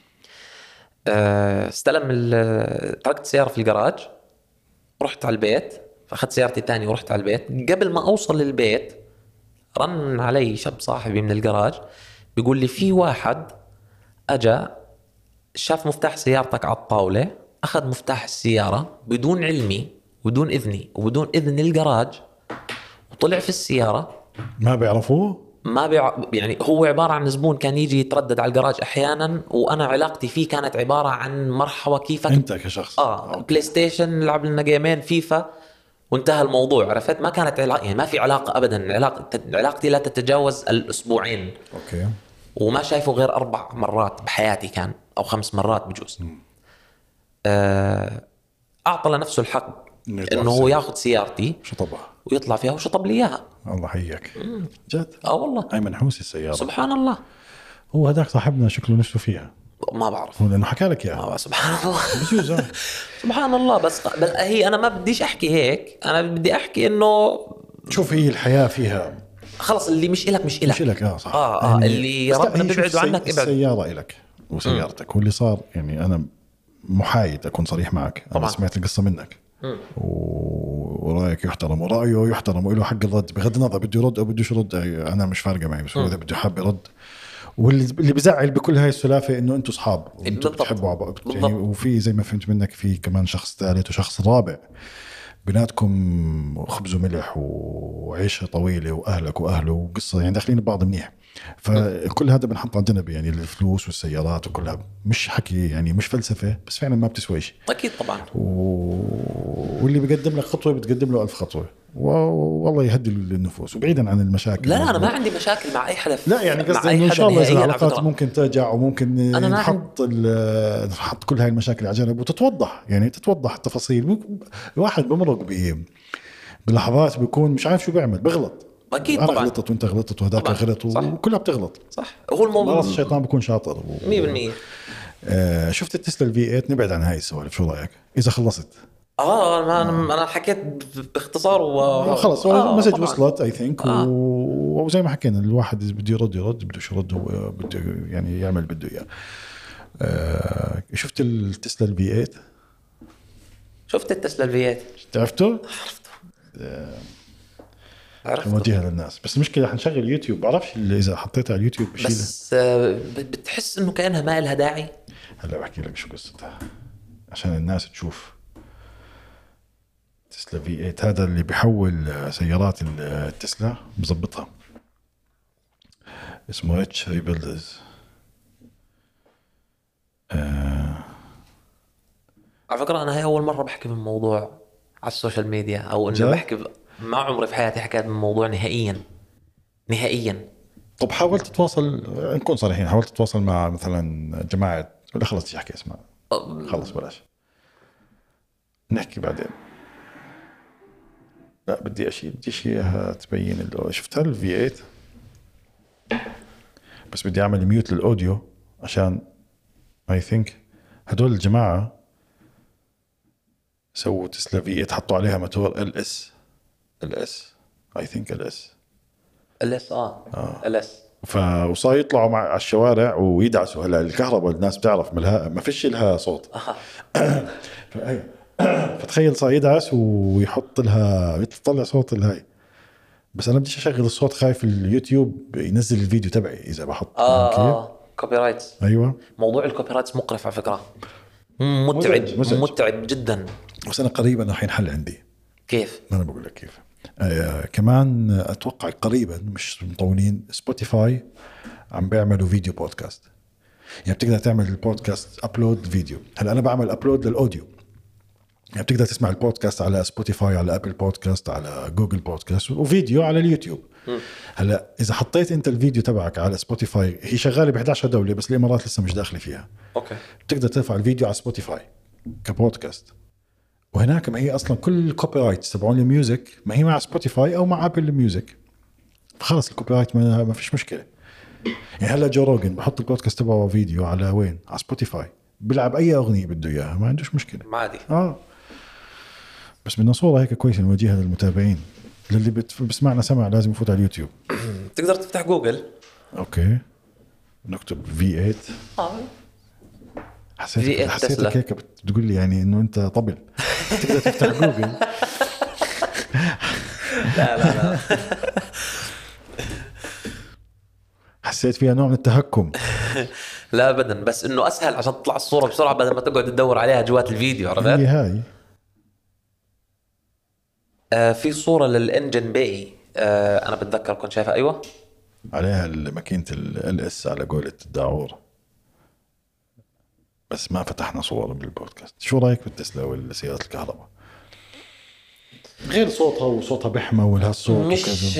تركت السيارة في الجراج، رحت على البيت، فأخذت سيارتي تاني ورحت على البيت. قبل ما أوصل للبيت رن علي شاب صاحبي من الجراج بيقول لي في واحد أجا شاف مفتاح سيارتك على الطاولة، أخذ مفتاح السيارة بدون علمي وبدون إذني وبدون إذن الجراج، وطلع في السيارة.
ما بيعرفوه؟
ما يعني هو عبارة عن زبون كان يجي يتردد على الجراج أحيانا، وأنا علاقتي فيه كانت عبارة عن مرحبا كيفك
انت كشخص
بلاي ستيشن، نلعب لنا جيمين فيفا وانتهى الموضوع. عرفت؟ ما كانت علاقة، يعني ما في علاقة أبدا. علاقتي لا تتجاوز الأسبوعين.
اوكي.
وما شايفه غير 4 مرات بحياتي كان، أو 5 مرات بجوز. أعطى لنفسه الحق إنه هو ياخذ سيارتي
شطبها
ويطلع فيها وشطب لي إياها.
الله حيك جد.
والله
هاي منحوس السيارة
سبحان الله.
هو هذاك صاحبنا شكله نفسه فيها،
ما بعرف
هو لأنه حكى لك إياها.
سبحان الله.
بجوز
سبحان الله. بس هي أنا ما بديش أحكي هيك، أنا بدي أحكي إنه
شوف هي الحياة فيها
خلص اللي مش إلك مش إلك.
مش إلك صح.
يعني اللي ربنا بيبعدوا عنك ابعد.
السيارة إلك وسيارتك. واللي صار يعني أنا محايد أكون صريح معك.
طبعا.
أنا سمعت القصة منك ورأيك يحترم ورأيه يحترم وله حق الرد بغض النظر بده يرد أو بدوش يرد. أنا مش فارقة معي، بس هو إذا بده حاب يرد. واللي بزعل بكل هاي السلافة إنه أنتوا أصحاب وأنتوا بتحبوا بعض يعني. وفي زي ما فهمت منك في كمان شخص ثالث وشخص رابع بيناتكم خبز وملح وعيشة طويلة وأهلك وأهله وقصة يعني داخلين ببعض منيح. فكل هذا بنحط على جنب يعني الفلوس والسيارات وكلها مش حكي يعني مش فلسفة، بس فعلا ما بتسوي شيء.
أكيد طبعا.
واللي بيقدم لك خطوة بتقدم له 1000 خطوة. والله يهدي النفوس. وبعيدا عن المشاكل،
لا أنا ما عندي مشاكل مع أي حدا.
لا يعني قصدي إنه إن شاء الله إذا العلاقات ممكن ترجع وممكن نحط كل هاي المشاكل على جنب وتتوضح يعني تتوضح التفاصيل. الواحد بمرق بلحظات بيكون مش عارف شو بيعمل، بغلط.
أكيد
أنا
طبعا.
غلطت وأنت غلطت وهداك غلط وكلها بتغلط.
صح. هو الموضوع
خلاص الشيطان بيكون شاطر
100%.
شفت التسلا V8؟ نبعد عن هاي السوالف، شو رأيك إذا خلصت؟
أنا حكيت باختصار
خلص المسج وصلت I think. وزي ما حكينا الواحد إذا بده يرد بدوش يرد، هو بده يعني يعمل بده إياه. شفت التسلا V8؟
شفت التسلا V8؟
عرفته؟
عرفته.
نوديها للناس. بس المشكلة حنشغل يوتيوب، بعرفش إذا حطيتها على اليوتيوب بشيلها.
بس بتحس إنه كأنها ما لها داعي.
هلا بحكي لك شو قصتها عشان الناس تشوف. تسلا V8 هذا اللي بيحول سيارات التسلا بزبطها، اسمه ريتش ريبيلدرز.
على فكرة أنا هي أول مرة بحكي بالموضوع على السوشيال ميديا، أو إنه بحكي ما عمري في حياتي حكيت بالموضوع نهائيا.
طب حاولت تتواصل، نكون صريحين، حاولت تتواصل مع مثلا جماعة ولا خلص تحكي اسمع خلص بلاش نحكي بعدين؟ لا بدي اياها تبين شفتها الV8 بس بدي اعمل ميوت للاوديو عشان I think هدول الجماعة سووا تسلا V8 حطوا عليها موتور LS I think LS وصار يطلعوا على الشوارع ويدعسوا. هلا الكهرباء الناس بتعرف ما فيش لها صوت. فتخيل صار يدعس ويحط لها يطلع صوت الهاي. بس انا بديش اشغل الصوت، خايف اليوتيوب ينزل الفيديو تبعي اذا بحط
كوبي رايتس.
ايوه موضوع
الكوبي رايتس مقرف على فكرة، متعب جدا.
بس انا قريبا راح ينحل عندي.
كيف؟
انا بقول لك كيف. كمان اتوقع قريبا مش مطولين سبوتيفاي عم بيعملوا فيديو بودكاست، يعني بتقدر تعمل البودكاست ابلود فيديو. هلا انا بعمل ابلود للاوديو، يعني بتقدر تسمع البودكاست على سبوتيفاي، على ابل بودكاست، على جوجل بودكاست، وفيديو على اليوتيوب. هلا اذا حطيت انت الفيديو تبعك على سبوتيفاي، هي شغاله ب 11 دوله بس الامارات لسه مش داخله فيها.
اوكي.
بتقدر ترفع الفيديو على سبوتيفاي كبودكاست، وهناك ما هي اصلا كل الكوبي رايتس تبعون الميوزك ما هي مع سبوتيفاي او مع ابل ميوزك، فخلص الكوبي رايت ما فيش مشكله. يعني هلا جو روجن بحط البودكاست تبعه فيديو على وين؟ على سبوتيفاي، بيلعب اي اغنيه بده اياها ما عندوش مشكله
عادي.
بس بدنا صوره هيك كويسه نوجهها للمتابعين. للي بسمعنا سمع لازم يفوت على اليوتيوب.
تقدر تفتح جوجل.
اوكي نكتب V8. حسيتك هيك بتقول لي يعني انه انت طبل تقدر تفتح جوجل.
لا
حسيت فيها نوع من التهكم.
لا ابدا، بس انه اسهل عشان تطلع الصوره بسرعه بدل ما تقعد تدور عليها جوات الفيديو،
هي
عرفت؟
هاي
في صوره للانجن باي، انا بتذكر كنت شايفها. ايوه
عليها ماكينة LS على قولة الداعور، بس ما فتحنا صور بالبودكاست. شو رايك بالتسلا والسيارات الكهرباء؟ غير صوتها، وصوتها بحمى والهالصوت
مش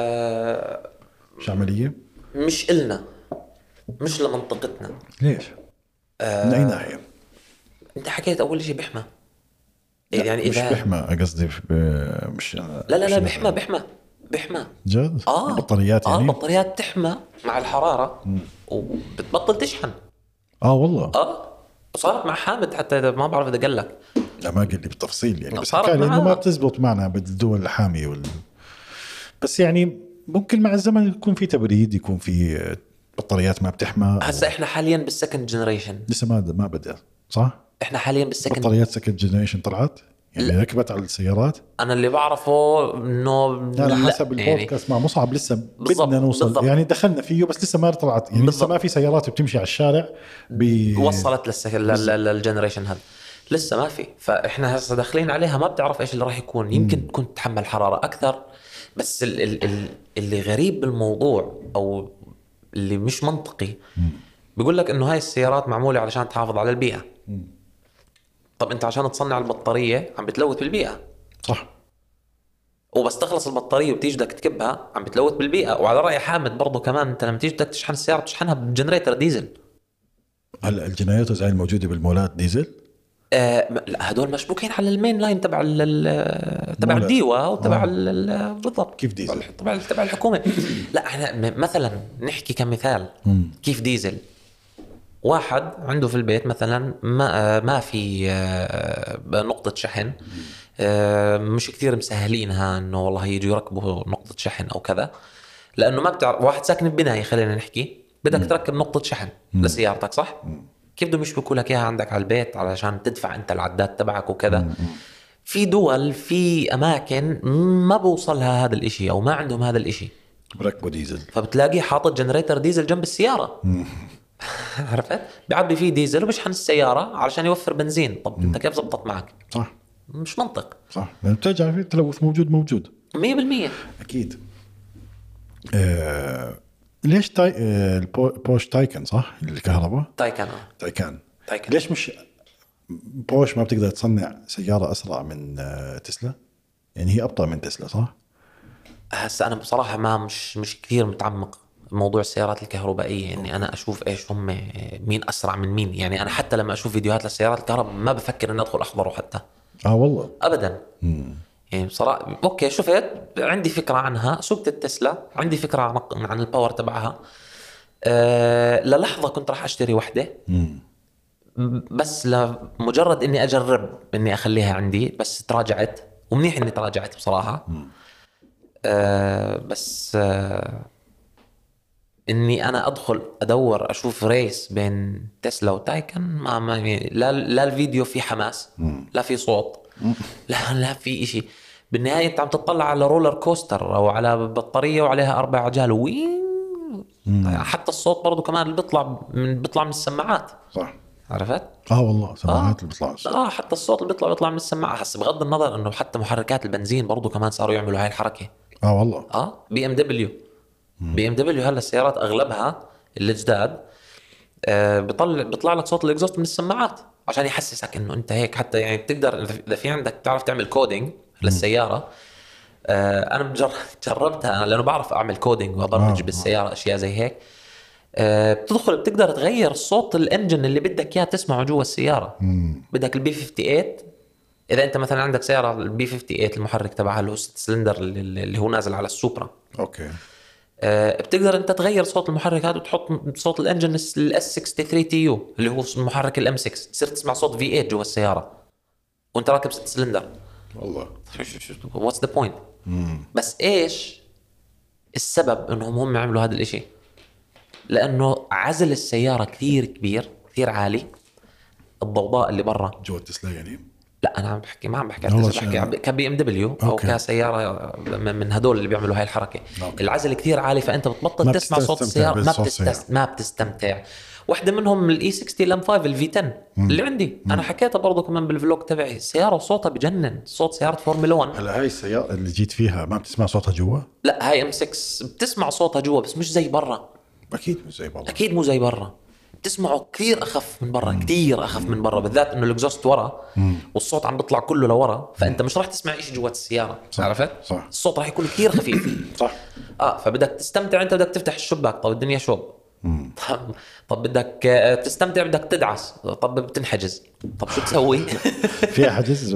مش عملية.
مش إلنا، مش لمنطقتنا.
ليش؟ من أي ناحية؟
انت حكيت اول شيء بحمى،
يعني مش بحمى قصدي مش
لا بحمى
جد؟ البطاريات يعني؟
البطاريات تحمى مع الحرارة وبتبطل تشحن.
والله
صارت مع حامد، حتى إذا ما بعرف إذا قال لك.
لا ما قال لي بالتفصيل يعني، بس
صارت
حكى لي انه ما
معاه.
بتزبط معنا بالدول الحامية بس يعني ممكن مع الزمن يكون في تبريد، يكون في بطاريات ما بتحمى.
هسا احنا حاليا بالسكند جنريشن،
لسه ما بدأ صح؟
احنا حاليا بالسكند.
بطاريات سكند جنريشن طلعت يعني ركبت على السيارات.
انا اللي بعرفه انه
على حسب البودكاست مع مصعب لسه بدنا نوصل
بالضبط.
يعني دخلنا فيه بس لسه ما طلعت يعني لسه ما في سيارات بتمشي على الشارع
وصلت للجنريشن هذا، لسه ما في. فاحنا هسه داخلين عليها، ما بتعرف ايش اللي راح يكون. يمكن تكون تتحمل حرارة اكثر، بس اللي غريب بالموضوع او اللي مش منطقي، بيقول لك انه هاي السيارات معمولة علشان تحافظ على البيئة. طب انت عشان تصنع البطارية عم بتلوث بالبيئة،
صح؟
وبس تخلص البطارية وبتيجي بدك تكبها عم بتلوث بالبيئة. وعلى رأي حامد برضو كمان، انت لما تيجي بدك تشحن السيارة بتشحنها بجنريتر ديزل.
هلا الجنريتور زي الموجودة بالمولات ديزل؟
لا هدول مشبوكين على المين لاين تبع تبع الديوة وتبع بالضبط.
كيف ديزل؟
تبع الحكومة. لا احنا مثلا نحكي كمثال كيف ديزل. واحد عنده في البيت مثلا ما في نقطة شحن، مش كثير مسهلينها انه والله يجوا يركبوا نقطة شحن او كذا، لانه ما بتعرف. واحد ساكن ببناية خلينا نحكي، بدك تركب نقطة شحن لسيارتك صح؟ كيف بدهم يشبكوا لك اياها عندك على البيت علشان تدفع انت العداد تبعك وكذا؟ في دول، في اماكن ما بوصلها هذا الاشي او ما عندهم هذا الاشي،
بركبوا ديزل،
فبتلاقيه حاطط جنريتر ديزل جنب السيارة. عرفت؟ بيعبي فيه ديزل وبيشحن السيارة علشان يوفر بنزين. طب انت كيف زبطت معك؟
صح،
مش منطق.
صح، لأن بترجع في التلوث موجود
100%.
أكيد. ليش البوش تايكن صح الكهرباء؟ تايكان. ليش مش بوش ما بتقدر تصنع سيارة أسرع من تسلا؟ يعني هي أبطأ من تسلا صح؟
هسا أنا بصراحة ما مش كثير متعمق موضوع السيارات الكهربائية، يعني أنا أشوف إيش هم مين أسرع من مين. يعني أنا حتى لما أشوف فيديوهات للسيارات الكهرباء ما بفكر إني أدخل أحضره حتى.
والله
أبدا. يعني بصراحة أوكي شفت، عندي فكرة عنها، سوقت التسلا، عندي فكرة عن الباور تبعها. للحظة كنت راح أشتري واحدة، بس لمجرد إني أجرب إني أخليها عندي، بس تراجعت. ومنيح إني تراجعت بصراحة. بس إني أنا أدخل أدور أشوف ريس بين تسلا وتايكن، ما لا الفيديو فيه حماس، لا في صوت، لا في إشي. بالنهاية أنت عم تطلع على رولر كوستر أو على بطارية وعليها 4 عجال وين. حتى الصوت برضو كمان اللي بيطلع من السماعات
صح.
عرفت؟
والله سماعات اللي بيطلع الصوت.
حتى الصوت اللي بيطلع من السماعة. هسه بغض النظر إنه حتى محركات البنزين برضو كمان صاروا يعملوا هاي الحركة.
والله
بي ام دبليو هلا السيارات اغلبها الجداد بيطلع لك صوت الاكزوست من السماعات عشان يحسسك انه انت هيك. حتى يعني بتقدر اذا في عندك تعرف تعمل كودينج للسياره. انا جربتها انا لانه بعرف اعمل كودينج وابرمج بالسياره اشياء زي هيك. بتدخل بتقدر تغير صوت الانجن اللي بدك اياه تسمعه جوا السياره. بدك البي 58. اذا انت مثلا عندك سياره البي 58 المحرك تبعها اللي هو 6 سلندر اللي هو نازل على السوبرا،
اوكي،
بتقدر انت تغير صوت المحرك هذا وتحط صوت الانجن الاس 63 تي يو اللي هو المحرك الام 6، تصير تسمع صوت في 8 جوا السياره وانت راكب 6 سلندر.
والله
واتس ذا بوينت؟ بس ايش السبب انهم هم عملوا هذا الاشي؟ لانه عزل السياره كثير كبير كثير عالي الضوضاء اللي برا.
جوا التسلا يعني؟
لا انا ما عم بحكي
والله
بحكي كبي ام دبليو او
أوكي.
كسياره من هدول اللي بيعملوا هاي الحركه.
أوكي.
العزل كثير عالي، فانت بتبطل
ما
تسمع صوت
بتستمتع
السياره،
بصوت السيارة.
ما بتستمتع. واحدة منهم الاي 60 الام 5 الفي 10 اللي عندي، انا حكيتها برضو كمان بالفلوج تبعي. السياره صوتها بجنن، صوت سياره فورمولا 1.
هلا هاي السيارة اللي جيت فيها ما بتسمع صوتها جوا؟
لا هاي ام 6 بتسمع صوتها جوا بس مش زي برا.
اكيد مش زي بعض.
اكيد مو زي برا، بتسمعه كثير اخف من برا، كثير اخف من برا، بالذات انه الاكزوست ورا والصوت عم بيطلع كله لورا، فانت مش راح تسمع شيء جوات السياره.
صح.
عرفت؟
صح.
الصوت راح يكون كثير خفيف.
صح.
فبدك تستمتع، انت بدك تفتح الشباك، طب الدنيا شوب. طب بدك تستمتع، بدك تدعس، طب بتنحجز، طب شو تسوي؟
فيها حجز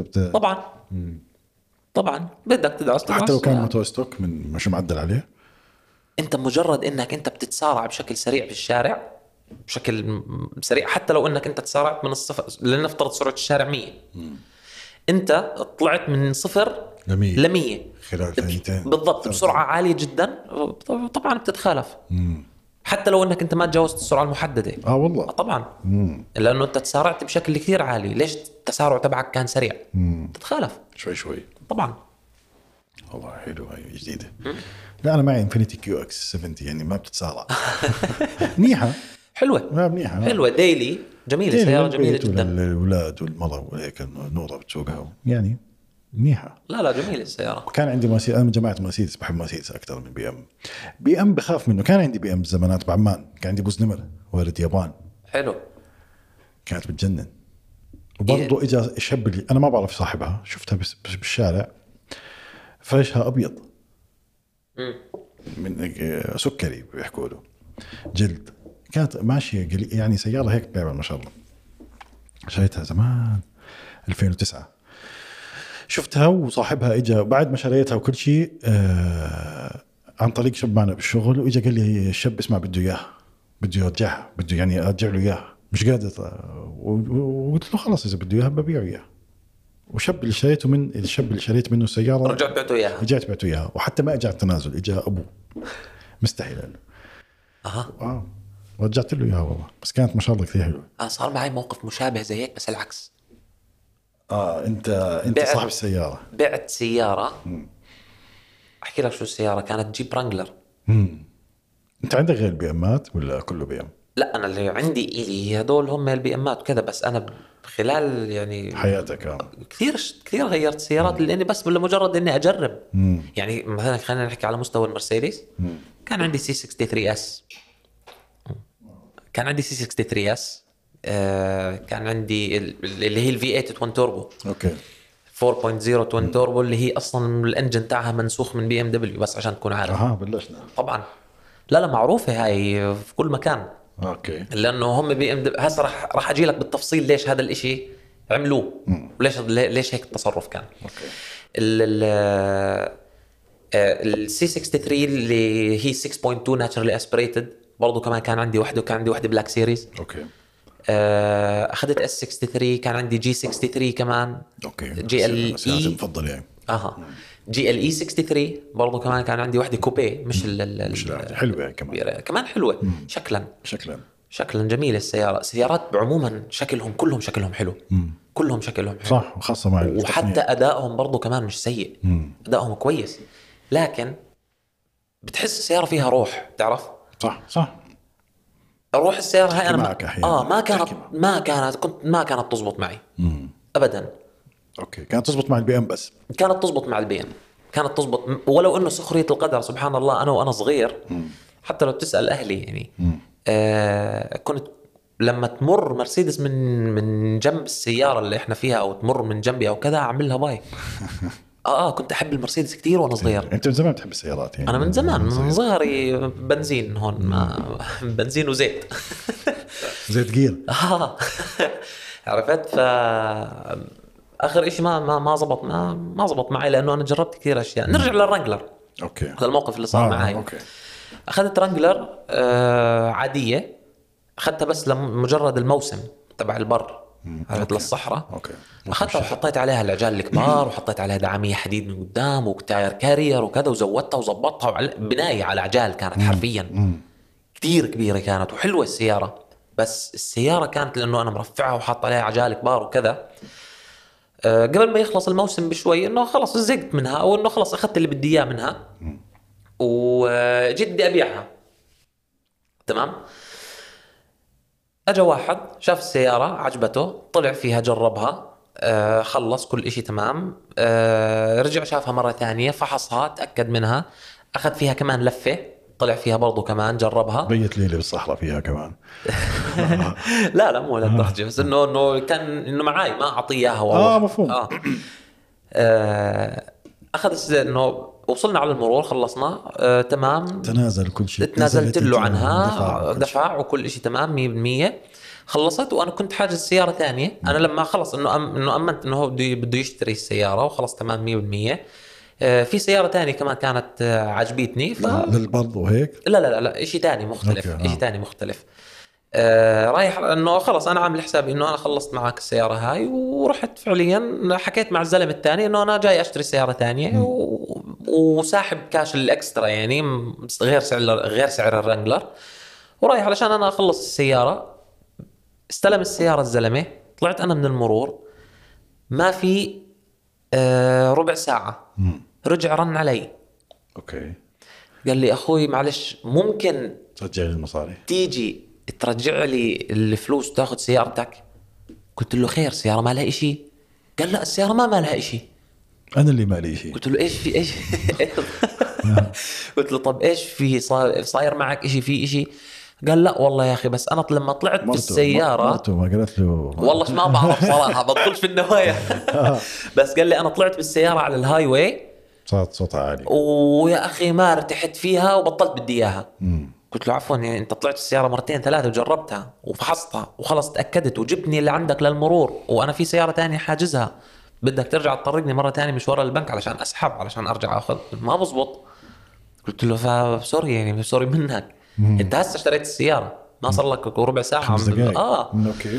طبعا بدك تدعس
حتى لو كان موتور ستوك من مش معدل عليه.
انت مجرد انك انت بتتسارع بشكل سريع في الشارع، بشكل سريع، حتى لو انك انت تسارعت من الصفر، لنفترض سرعة الشارع 100، انت طلعت من صفر ل 100
خلال ثانيتين
بالضبط بسرعة عالية جدا، طبعا بتتخالف. حتى لو انك انت ما تجاوزت السرعة المحددة.
والله
طبعا لانه انت تسارعت بشكل كثير عالي، ليش التسارع تبعك كان سريع؟ تتخالف
شوي
طبعا.
والله حلو، هاي جديدة. لا أنا معي انفينيتي كيو اكس 70 يعني ما بتتسارع. منيحة
حلوة
ما منيحة
حلوة ديلي، جميلة، سيارة جميلة جدا.
الأولاد والمرأة وهيك نورة بتسوقها يعني منيحة.
لا جميلة السيارة.
كان عندي مرسيدس، أنا من جماعة مرسيدس، بحب مرسيدس أكثر من بي ام. بي ام بخاف منه. كان عندي بي ام زمانات بعمان، كان عندي بوز نمر والد يابان،
حلو.
كانت بتجنن. وبرضه إجا شاب اللي أنا ما بعرف صاحبها، شفتها بس بالشارع، فرشها أبيض من سكري بيحكوا له، جلد، كانت ماشية يعني سيارة هيك بيعمل ما شاء الله. شريتها زمان 2009، شفتها وصاحبها إجا بعد ما شريتها وكل شيء عن طريق شاب معنا بالشغل، وإجا قال لي الشاب اسمع بده إياه، بده يرجعها، بده يعني أرجع له إياه، مش قادر. وقلت له خلاص إذا بده إياه ببيعه إياه. وشاب اللي شريته من الشاب اللي شريت منه سيارة
رجعت بعته إياها.
رجعت بعته إياها، وحتى ما إجا التنازل، إجا أبوه مستحيل له. رجعت له إياها والله، بس كانت ما شاء الله كثير حلوة.
صار معي موقف مشابه زي هيك بس العكس.
أنت صاحب السيارة.
بعت سيارة. أحكي لك شو السيارة كانت، جيب رانجلر.
أنت عندك غير البي امات ولا كله بي ام؟
لا أنا اللي عندي إلي هدول هم البي امات وكذا، بس أنا خلال يعني
حياتك
كثير غيرت سيارات لأني بس لمجرد إني أجرب. يعني مثلا خلينا نحكي على مستوى المرسيدس، كان عندي سي 63 اس، كان عندي سي 63 اس، كان عندي اللي هي الفي 8 توين توربو.
اوكي
4.0 توين توربو، اللي هي اصلا الانجن تاعها منسوخ من بي ام دبليو، بس عشان تكون عارف.
بلشنا
طبعا. لا معروفه هاي في كل مكان.
اوكي.
لانه هم بي ام دبليو هسه راح اجي لك بالتفصيل ليش هذا الاشي عملوه، وليش هيك التصرف كان.
اوكي.
السي 63 اللي هي 6.2 ناتشرالي اسبريتد برضو كمان كان عندي وحده، وكان عندي وحده بلاك سيريز.
اوكي.
اخذت اس 63، كان عندي جي 63 كمان.
اوكي.
جي ال اي
مفضل يعني.
جي ال اي 63 برضو كمان كان عندي وحده كوبي، مش
حلوه
كمان حلوه. شكلا جميله السياره. السيارات بعموما كلهم شكلهم حلو. كلهم شكلهم حلو
صح، وخاصه مع
وحتى ادائهم برضو كمان مش سيء. ادائهم كويس، لكن بتحس السياره فيها روح، تعرف.
صح
روح السياره هاي انا ما كانت تزبط معي ابدا.
اوكي. كانت تزبط مع البي ام، بس
كانت تزبط مع البي ام، كانت تزبط، ولو انه سخريه القدر سبحان الله. انا وانا صغير حتى لو تسال اهلي يعني كنت لما تمر مرسيدس من جنب السياره اللي احنا فيها، او تمر من جنبي او كذا، اعملها باي. كنت احب المرسيدس كتير وانا صغير.
انت من زمان تحب السيارات يعني؟
انا من زمان، من صغري بنزين هون، ما بنزين وزيت.
زيت جير.
عرفت. اخر اشي ما زبط معي، لانه انا جربت كثير اشياء. نرجع للرانجلر.
اوكي.
هذا الموقف اللي صار معي.
اوكي.
اخذت رانجلر عاديه، اخذتها بس لمجرد الموسم تبع البر، عرفت، للصحراء.
اوكي.
اخذتها وحطيت عليها العجال الكبار، وحطيت عليها دعاميه حديد من قدام، وتاير كارير وكذا، وزودتها وزبطتها بنايه على عجال كانت حرفيا كتير كبيره كانت، وحلوه السياره. بس السيارة كانت لأنه أنا مرفعها وحاط عليها عجال كبار وكذا، قبل ما يخلص الموسم بشوي إنه خلص زهقت منها، أو إنه خلص أخذت اللي بدي إياه منها وجيت بدي أبيعها. تمام. أجا واحد شاف السيارة عجبته، طلع فيها جربها، خلص كل إشي تمام، رجع شافها مرة ثانية، فحصها، تأكد منها، أخذ فيها كمان لفة، طلع فيها برضو كمان جربها.
بيت ليلة بالصحراء فيها كمان.
لا مو لهالدرجة، بس إنه كان إنه معاي ما أعطيه إياها وأروح.
مفهوم.
أخذ إنه وصلنا على المرور، خلصنا، تمام،
تنازل كل شيء،
تنازلت له عنها،
دفع
دفع وكل شيء تمام 100%. خلصت وأنا كنت حاجز سيارة ثانية. أنا لما خلص إنه أمنت إنه هو بده يشتري السيارة وخلص تمام 100%. في سيارة تانية كمان كانت عجبتني
للبرض وهيك.
لا إشي تاني مختلف. إشي تاني مختلف. رايح إنه خلص أنا عامل حسابي إنه أنا خلصت معك السيارة هاي، ورحت فعليا حكيت مع الزلمة الثاني إنه أنا جاي أشتري سيارة ثانية وساحب كاش الإكسترا، يعني غير سعر الرانجلر، ورايح علشان أنا أخلص السيارة. استلم السيارة الزلمة، طلعت أنا من المرور ما في ربع ساعة رجع رن علي.
اوكي.
قال لي أخوي معلش ممكن
ترجع لي المصاري،
تيجي ترجع لي الفلوس وتاخذ سيارتك؟ قلت له خير، سيارة ما لها إشي؟ قال لا السيارة ما لها إشي.
انا اللي ما لي شيء.
قلت له ايش قلت له طب ايش في صاير معك إشي؟ في إشي؟ قال لا والله يا اخي، بس انا لما طلعت بالسياره
مرته ما قالت له
والله ما بعرف صراحه، بدخلش في النوايا. بس قال لي انا طلعت بالسياره على الهاي واي،
صوتها عالي،
ويا اخي ما ارتحت فيها وبطلت بدي اياها. قلت له عفوا، يعني انت طلعت السياره مرتين ثلاثه وجربتها وفحصتها وخلص تاكدت وجبتني اللي عندك للمرور، وانا في سياره تانية حاجزها، بدك ترجع تطرقني مره تانية مشوار البنك علشان اسحب علشان ارجع اخذ؟ ما بزبط. قلت له فسوري، يعني سوري منك، انت هسه اشتريت السياره ما صار لك ربع ساعه.
5 دقائق.
اوكي.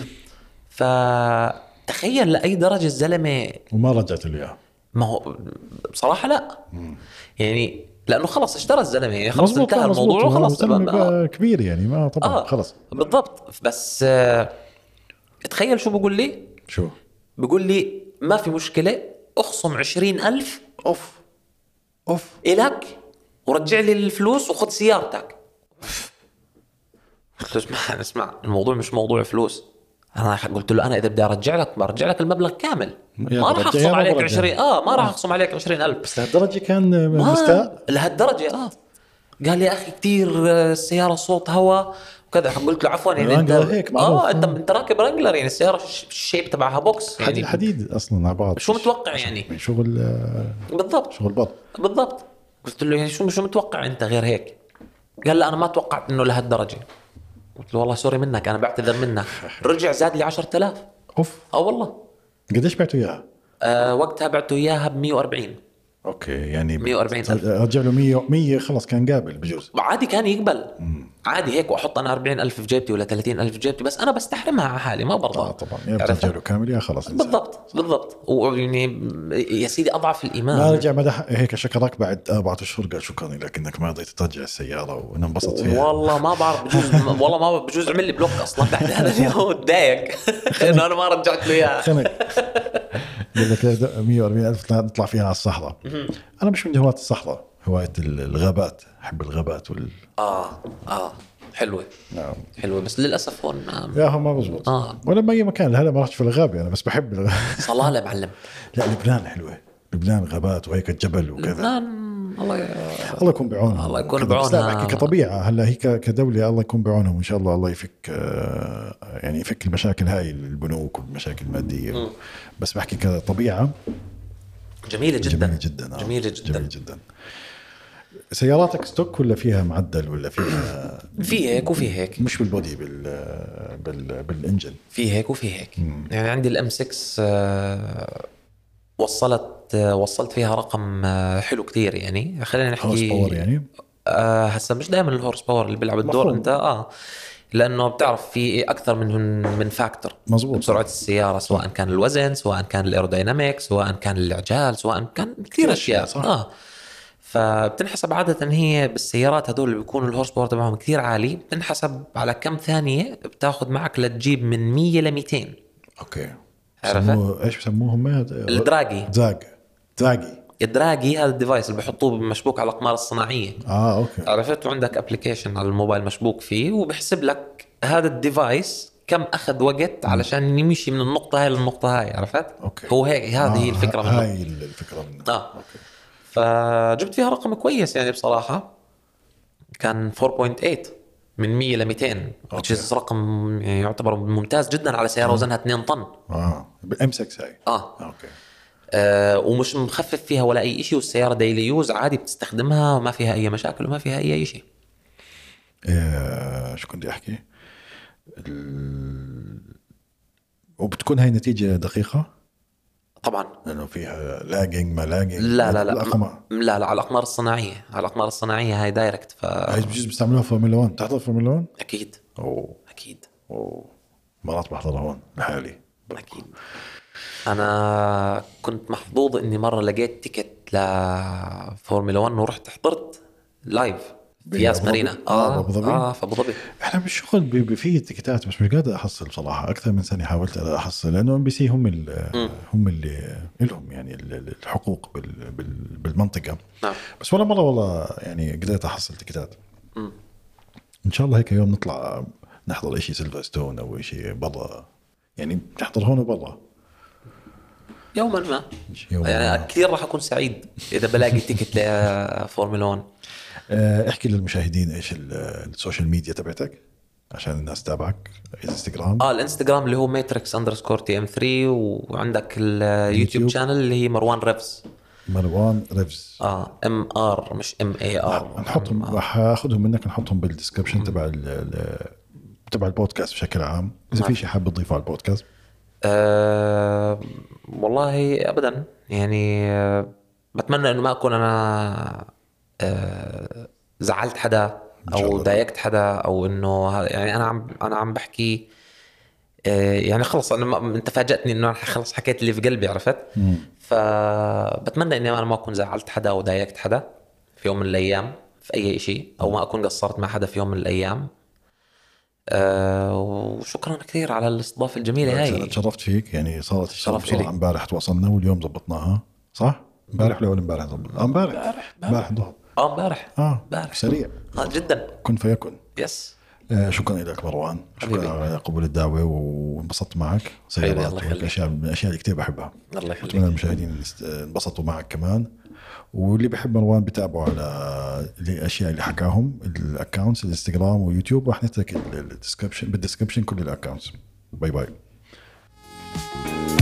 فتخيل لاي درجه الزلمه.
وما رجعت له اياه؟
ما هو بصراحه لا. يعني لانه خلص اشترى الزلمه، يعني خلص انتهى الموضوع وخلص.
كبير يعني ما طبعا خلص
بالضبط. بس تخيل شو بقول لي.
شو
بقول لي ما في مشكله، اخصم 20,000
اوف
إلك ورجع لي الفلوس وخذ سيارتك. قلت له اسمع الموضوع مش موضوع فلوس. انا قلت له انا اذا بدي برجع لك المبلغ كامل، ما راح اخصم عليك 20. ما راح اخصم عليك 20,000.
بس لهالدرجه كان مستاء؟
لهالدرجه. قال لي اخي كتير السياره صوت هواء وكذا. قلت له عفوا، يعني انت
هيك
انت راكب رانجلر، يعني السياره الشيب تبعها بوكس، يعني
حديد اصلا على بعض.
شو متوقع يعني
شغل
بالضبط،
شغل بط
بالضبط. قلت له يعني شو متوقع انت غير هيك؟ قال لا انا ما توقعت انه لهالدرجه. قلت له والله سوري منك، انا بعتذر منك. رجع زاد لي 10,000.
اوف.
والله.
قديش بعته اياها؟
وقتها بعته اياها ب 140.
اوكي، يعني
140,000.
رجع له 100 خلص كان قابل بجوز.
عادي كان يقبل. عادي هيك، واحط انا 40,000 في جيبتي ولا 30,000 في جيبتي، بس انا بستحرمها على حالي، ما برضى.
طبعا يا برجع له كامل يا خلص.
بالضبط. ويعني يا سيدي اضعف الايمان.
ما رجع مدح هيك شكرك بعد 4 أشهر، قال شكرا لك انك ما رضيت ترجع السياره وانا انبسطت فيها.
والله ما بعرف، بجوز والله ما بجوز عمل لي بلوك اصلا بعد هذا اليوم. تضايق انه انا ما رجعت له اياها.
قال لك 140,000 نطلع فيها على الصحراء. انا مش من هواة الصحراء، هواة الغابات، احب الغابات
حلوه.
نعم
حلوه، بس للاسف هون
ياها ما بزبط. ولا باي مكان. هلا ما رحت في الغابه انا، بس بحب
صلاله معلم.
لا لبنان حلوه، لبنان غابات وهيك الجبل وكذا.
لبنان الله
يكون بعونها.
الله يكون بعونها.
بحكي كطبيعه. هلا هي كدوله الله يكون بعونهم ان شاء الله. الله يفك يعني يفك المشاكل هاي، البنوك والمشاكل الماديه. بس بحكي كطبيعه
جميله جدا.
جميله جدا. سياراتك ستوك ولا فيها معدل ولا فيها؟
في هيك وفي هيك.
مش بالبودي بالانجن.
في هيك وفي هيك. يعني عندي الام 6 وصلت فيها رقم حلو كتير. يعني خلينا نحكي
هورس باور. يعني
هسه مش دائما الهورس باور اللي بيلعب الدور. انت لانه بتعرف في اكثر من فاكتور.
مزبوط.
بسرعه السياره، سواء كان الوزن، سواء كان الايرودايناميك، سواء كان العجال، سواء كان كثير اشياء. فبتنحسب عادة هي بالسيارات هدول اللي بيكون الهورس باور تبعهم كثير عالي، بتنحسب على كم ثانية بتاخد معك لتجيب من 100 ل 200.
اوكي.
عرفت؟
ايش بسموهم؟
الدراجي. الدراجي هذا الديفايس اللي بحطوه مشبوك على الأقمار الصناعية.
اوكي.
عرفت؟ وعندك ابليكيشن على الموبايل مشبوك فيه وبحسب لك هذا الديفايس كم أخذ وقت علشان يمشي من النقطة هاي للنقطة هاي. عرفت؟
اوكي.
هو هيك هذه هي الفكرة منه.
هاي الفكرة منه.
اوكي. فجبت فيها رقم كويس يعني بصراحة، كان 4.8 من 100 ل 200 which رقم يعني يعتبر ممتاز جدا على سيارة وزنها 2 طن.
بالام 6 هاي. اوكي.
ومش مخفف فيها ولا اي شيء، والسيارة ديلي يوز عادي بتستخدمها وما فيها اي مشاكل وما فيها اي شيء.
شو كنت احكي؟ وبتكون هاي نتيجة دقيقة
طبعا،
لانه فيها لاجينج ما لاجينج.
لا على الاقمار الصناعية. على الاقمار الصناعية هاي دايركت.
هاي بجوز بيستعملوها فورمولا 1. تحضر فورمولا 1؟
اكيد. اكيد.
مرات بحضرها هون لحالي.
اكيد. انا كنت محظوظ اني مرة لقيت تيكت لفورمولا 1 ورحت حضرت لايف في ياس مارينا.
في ابو ظبي. احنا بالشغل في تيكتات بس مش قادر احصل بصراحه. اكثر من سنه حاولت احصل لانه ام بي سي هم اللي لهم يعني الحقوق بالمنطقه. بس ولا مره والله يعني قدرت احصل تيكتات. ان شاء الله هيك يوم نطلع نحضر شيء سيلفرستون او شيء برا، يعني نحضر هون وبرا
يوما ما. يعني كثير راح اكون سعيد اذا بلاقي تيكت لفورمولا 1.
احكي للمشاهدين ايش السوشيال ميديا تبعتك عشان الناس تتابعك. الانستغرام
الانستغرام اللي هو matrix_tm3، وعندك اليوتيوب شانل اللي هي مروان ريفز. MR مش MAR.
نحطهم، راح اخذهم منك نحطهم بالديسكربشن تبع البودكاست بشكل عام. اذا في شيء حاب تضيفه على البودكاست.
والله ابدا يعني بتمنى انه ما اكون انا زعلت حدا او ضايقت حدا، او انه يعني انا عم بحكي يعني خلص انت فاجأتني انه خلص حكيت اللي في قلبي. عرفت؟ فبتمنى اني انا ما اكون زعلت حدا او ضايقت حدا في يوم من الايام في اي شيء، او ما اكون قصرت مع حدا في يوم من الايام. وشكرا كثير على الاستضافة الجميلة هاي.
أنا تشرفت فيك يعني. صارت الشرف امبارح تواصلنا واليوم زبطناها صح؟ امبارح ولا امبارح زبطنا؟ امبارح ظهر. امبارح سريع
جدا.
كن فيكن.
يس.
شكرا لك مروان. شكرا على قبول الدعوة وانبسطت معك. سيارات والاشياء من الاشياء اللي كثير بحبها.
الله يخليك.
اتمنى المشاهدين انبسطوا معك كمان، واللي بيحب مروان بتابعوا على الاشياء اللي حكاهم. الاكونتس الانستغرام ويوتيوب راح نترك بالديسكربشن كل الاكونتس. باي باي.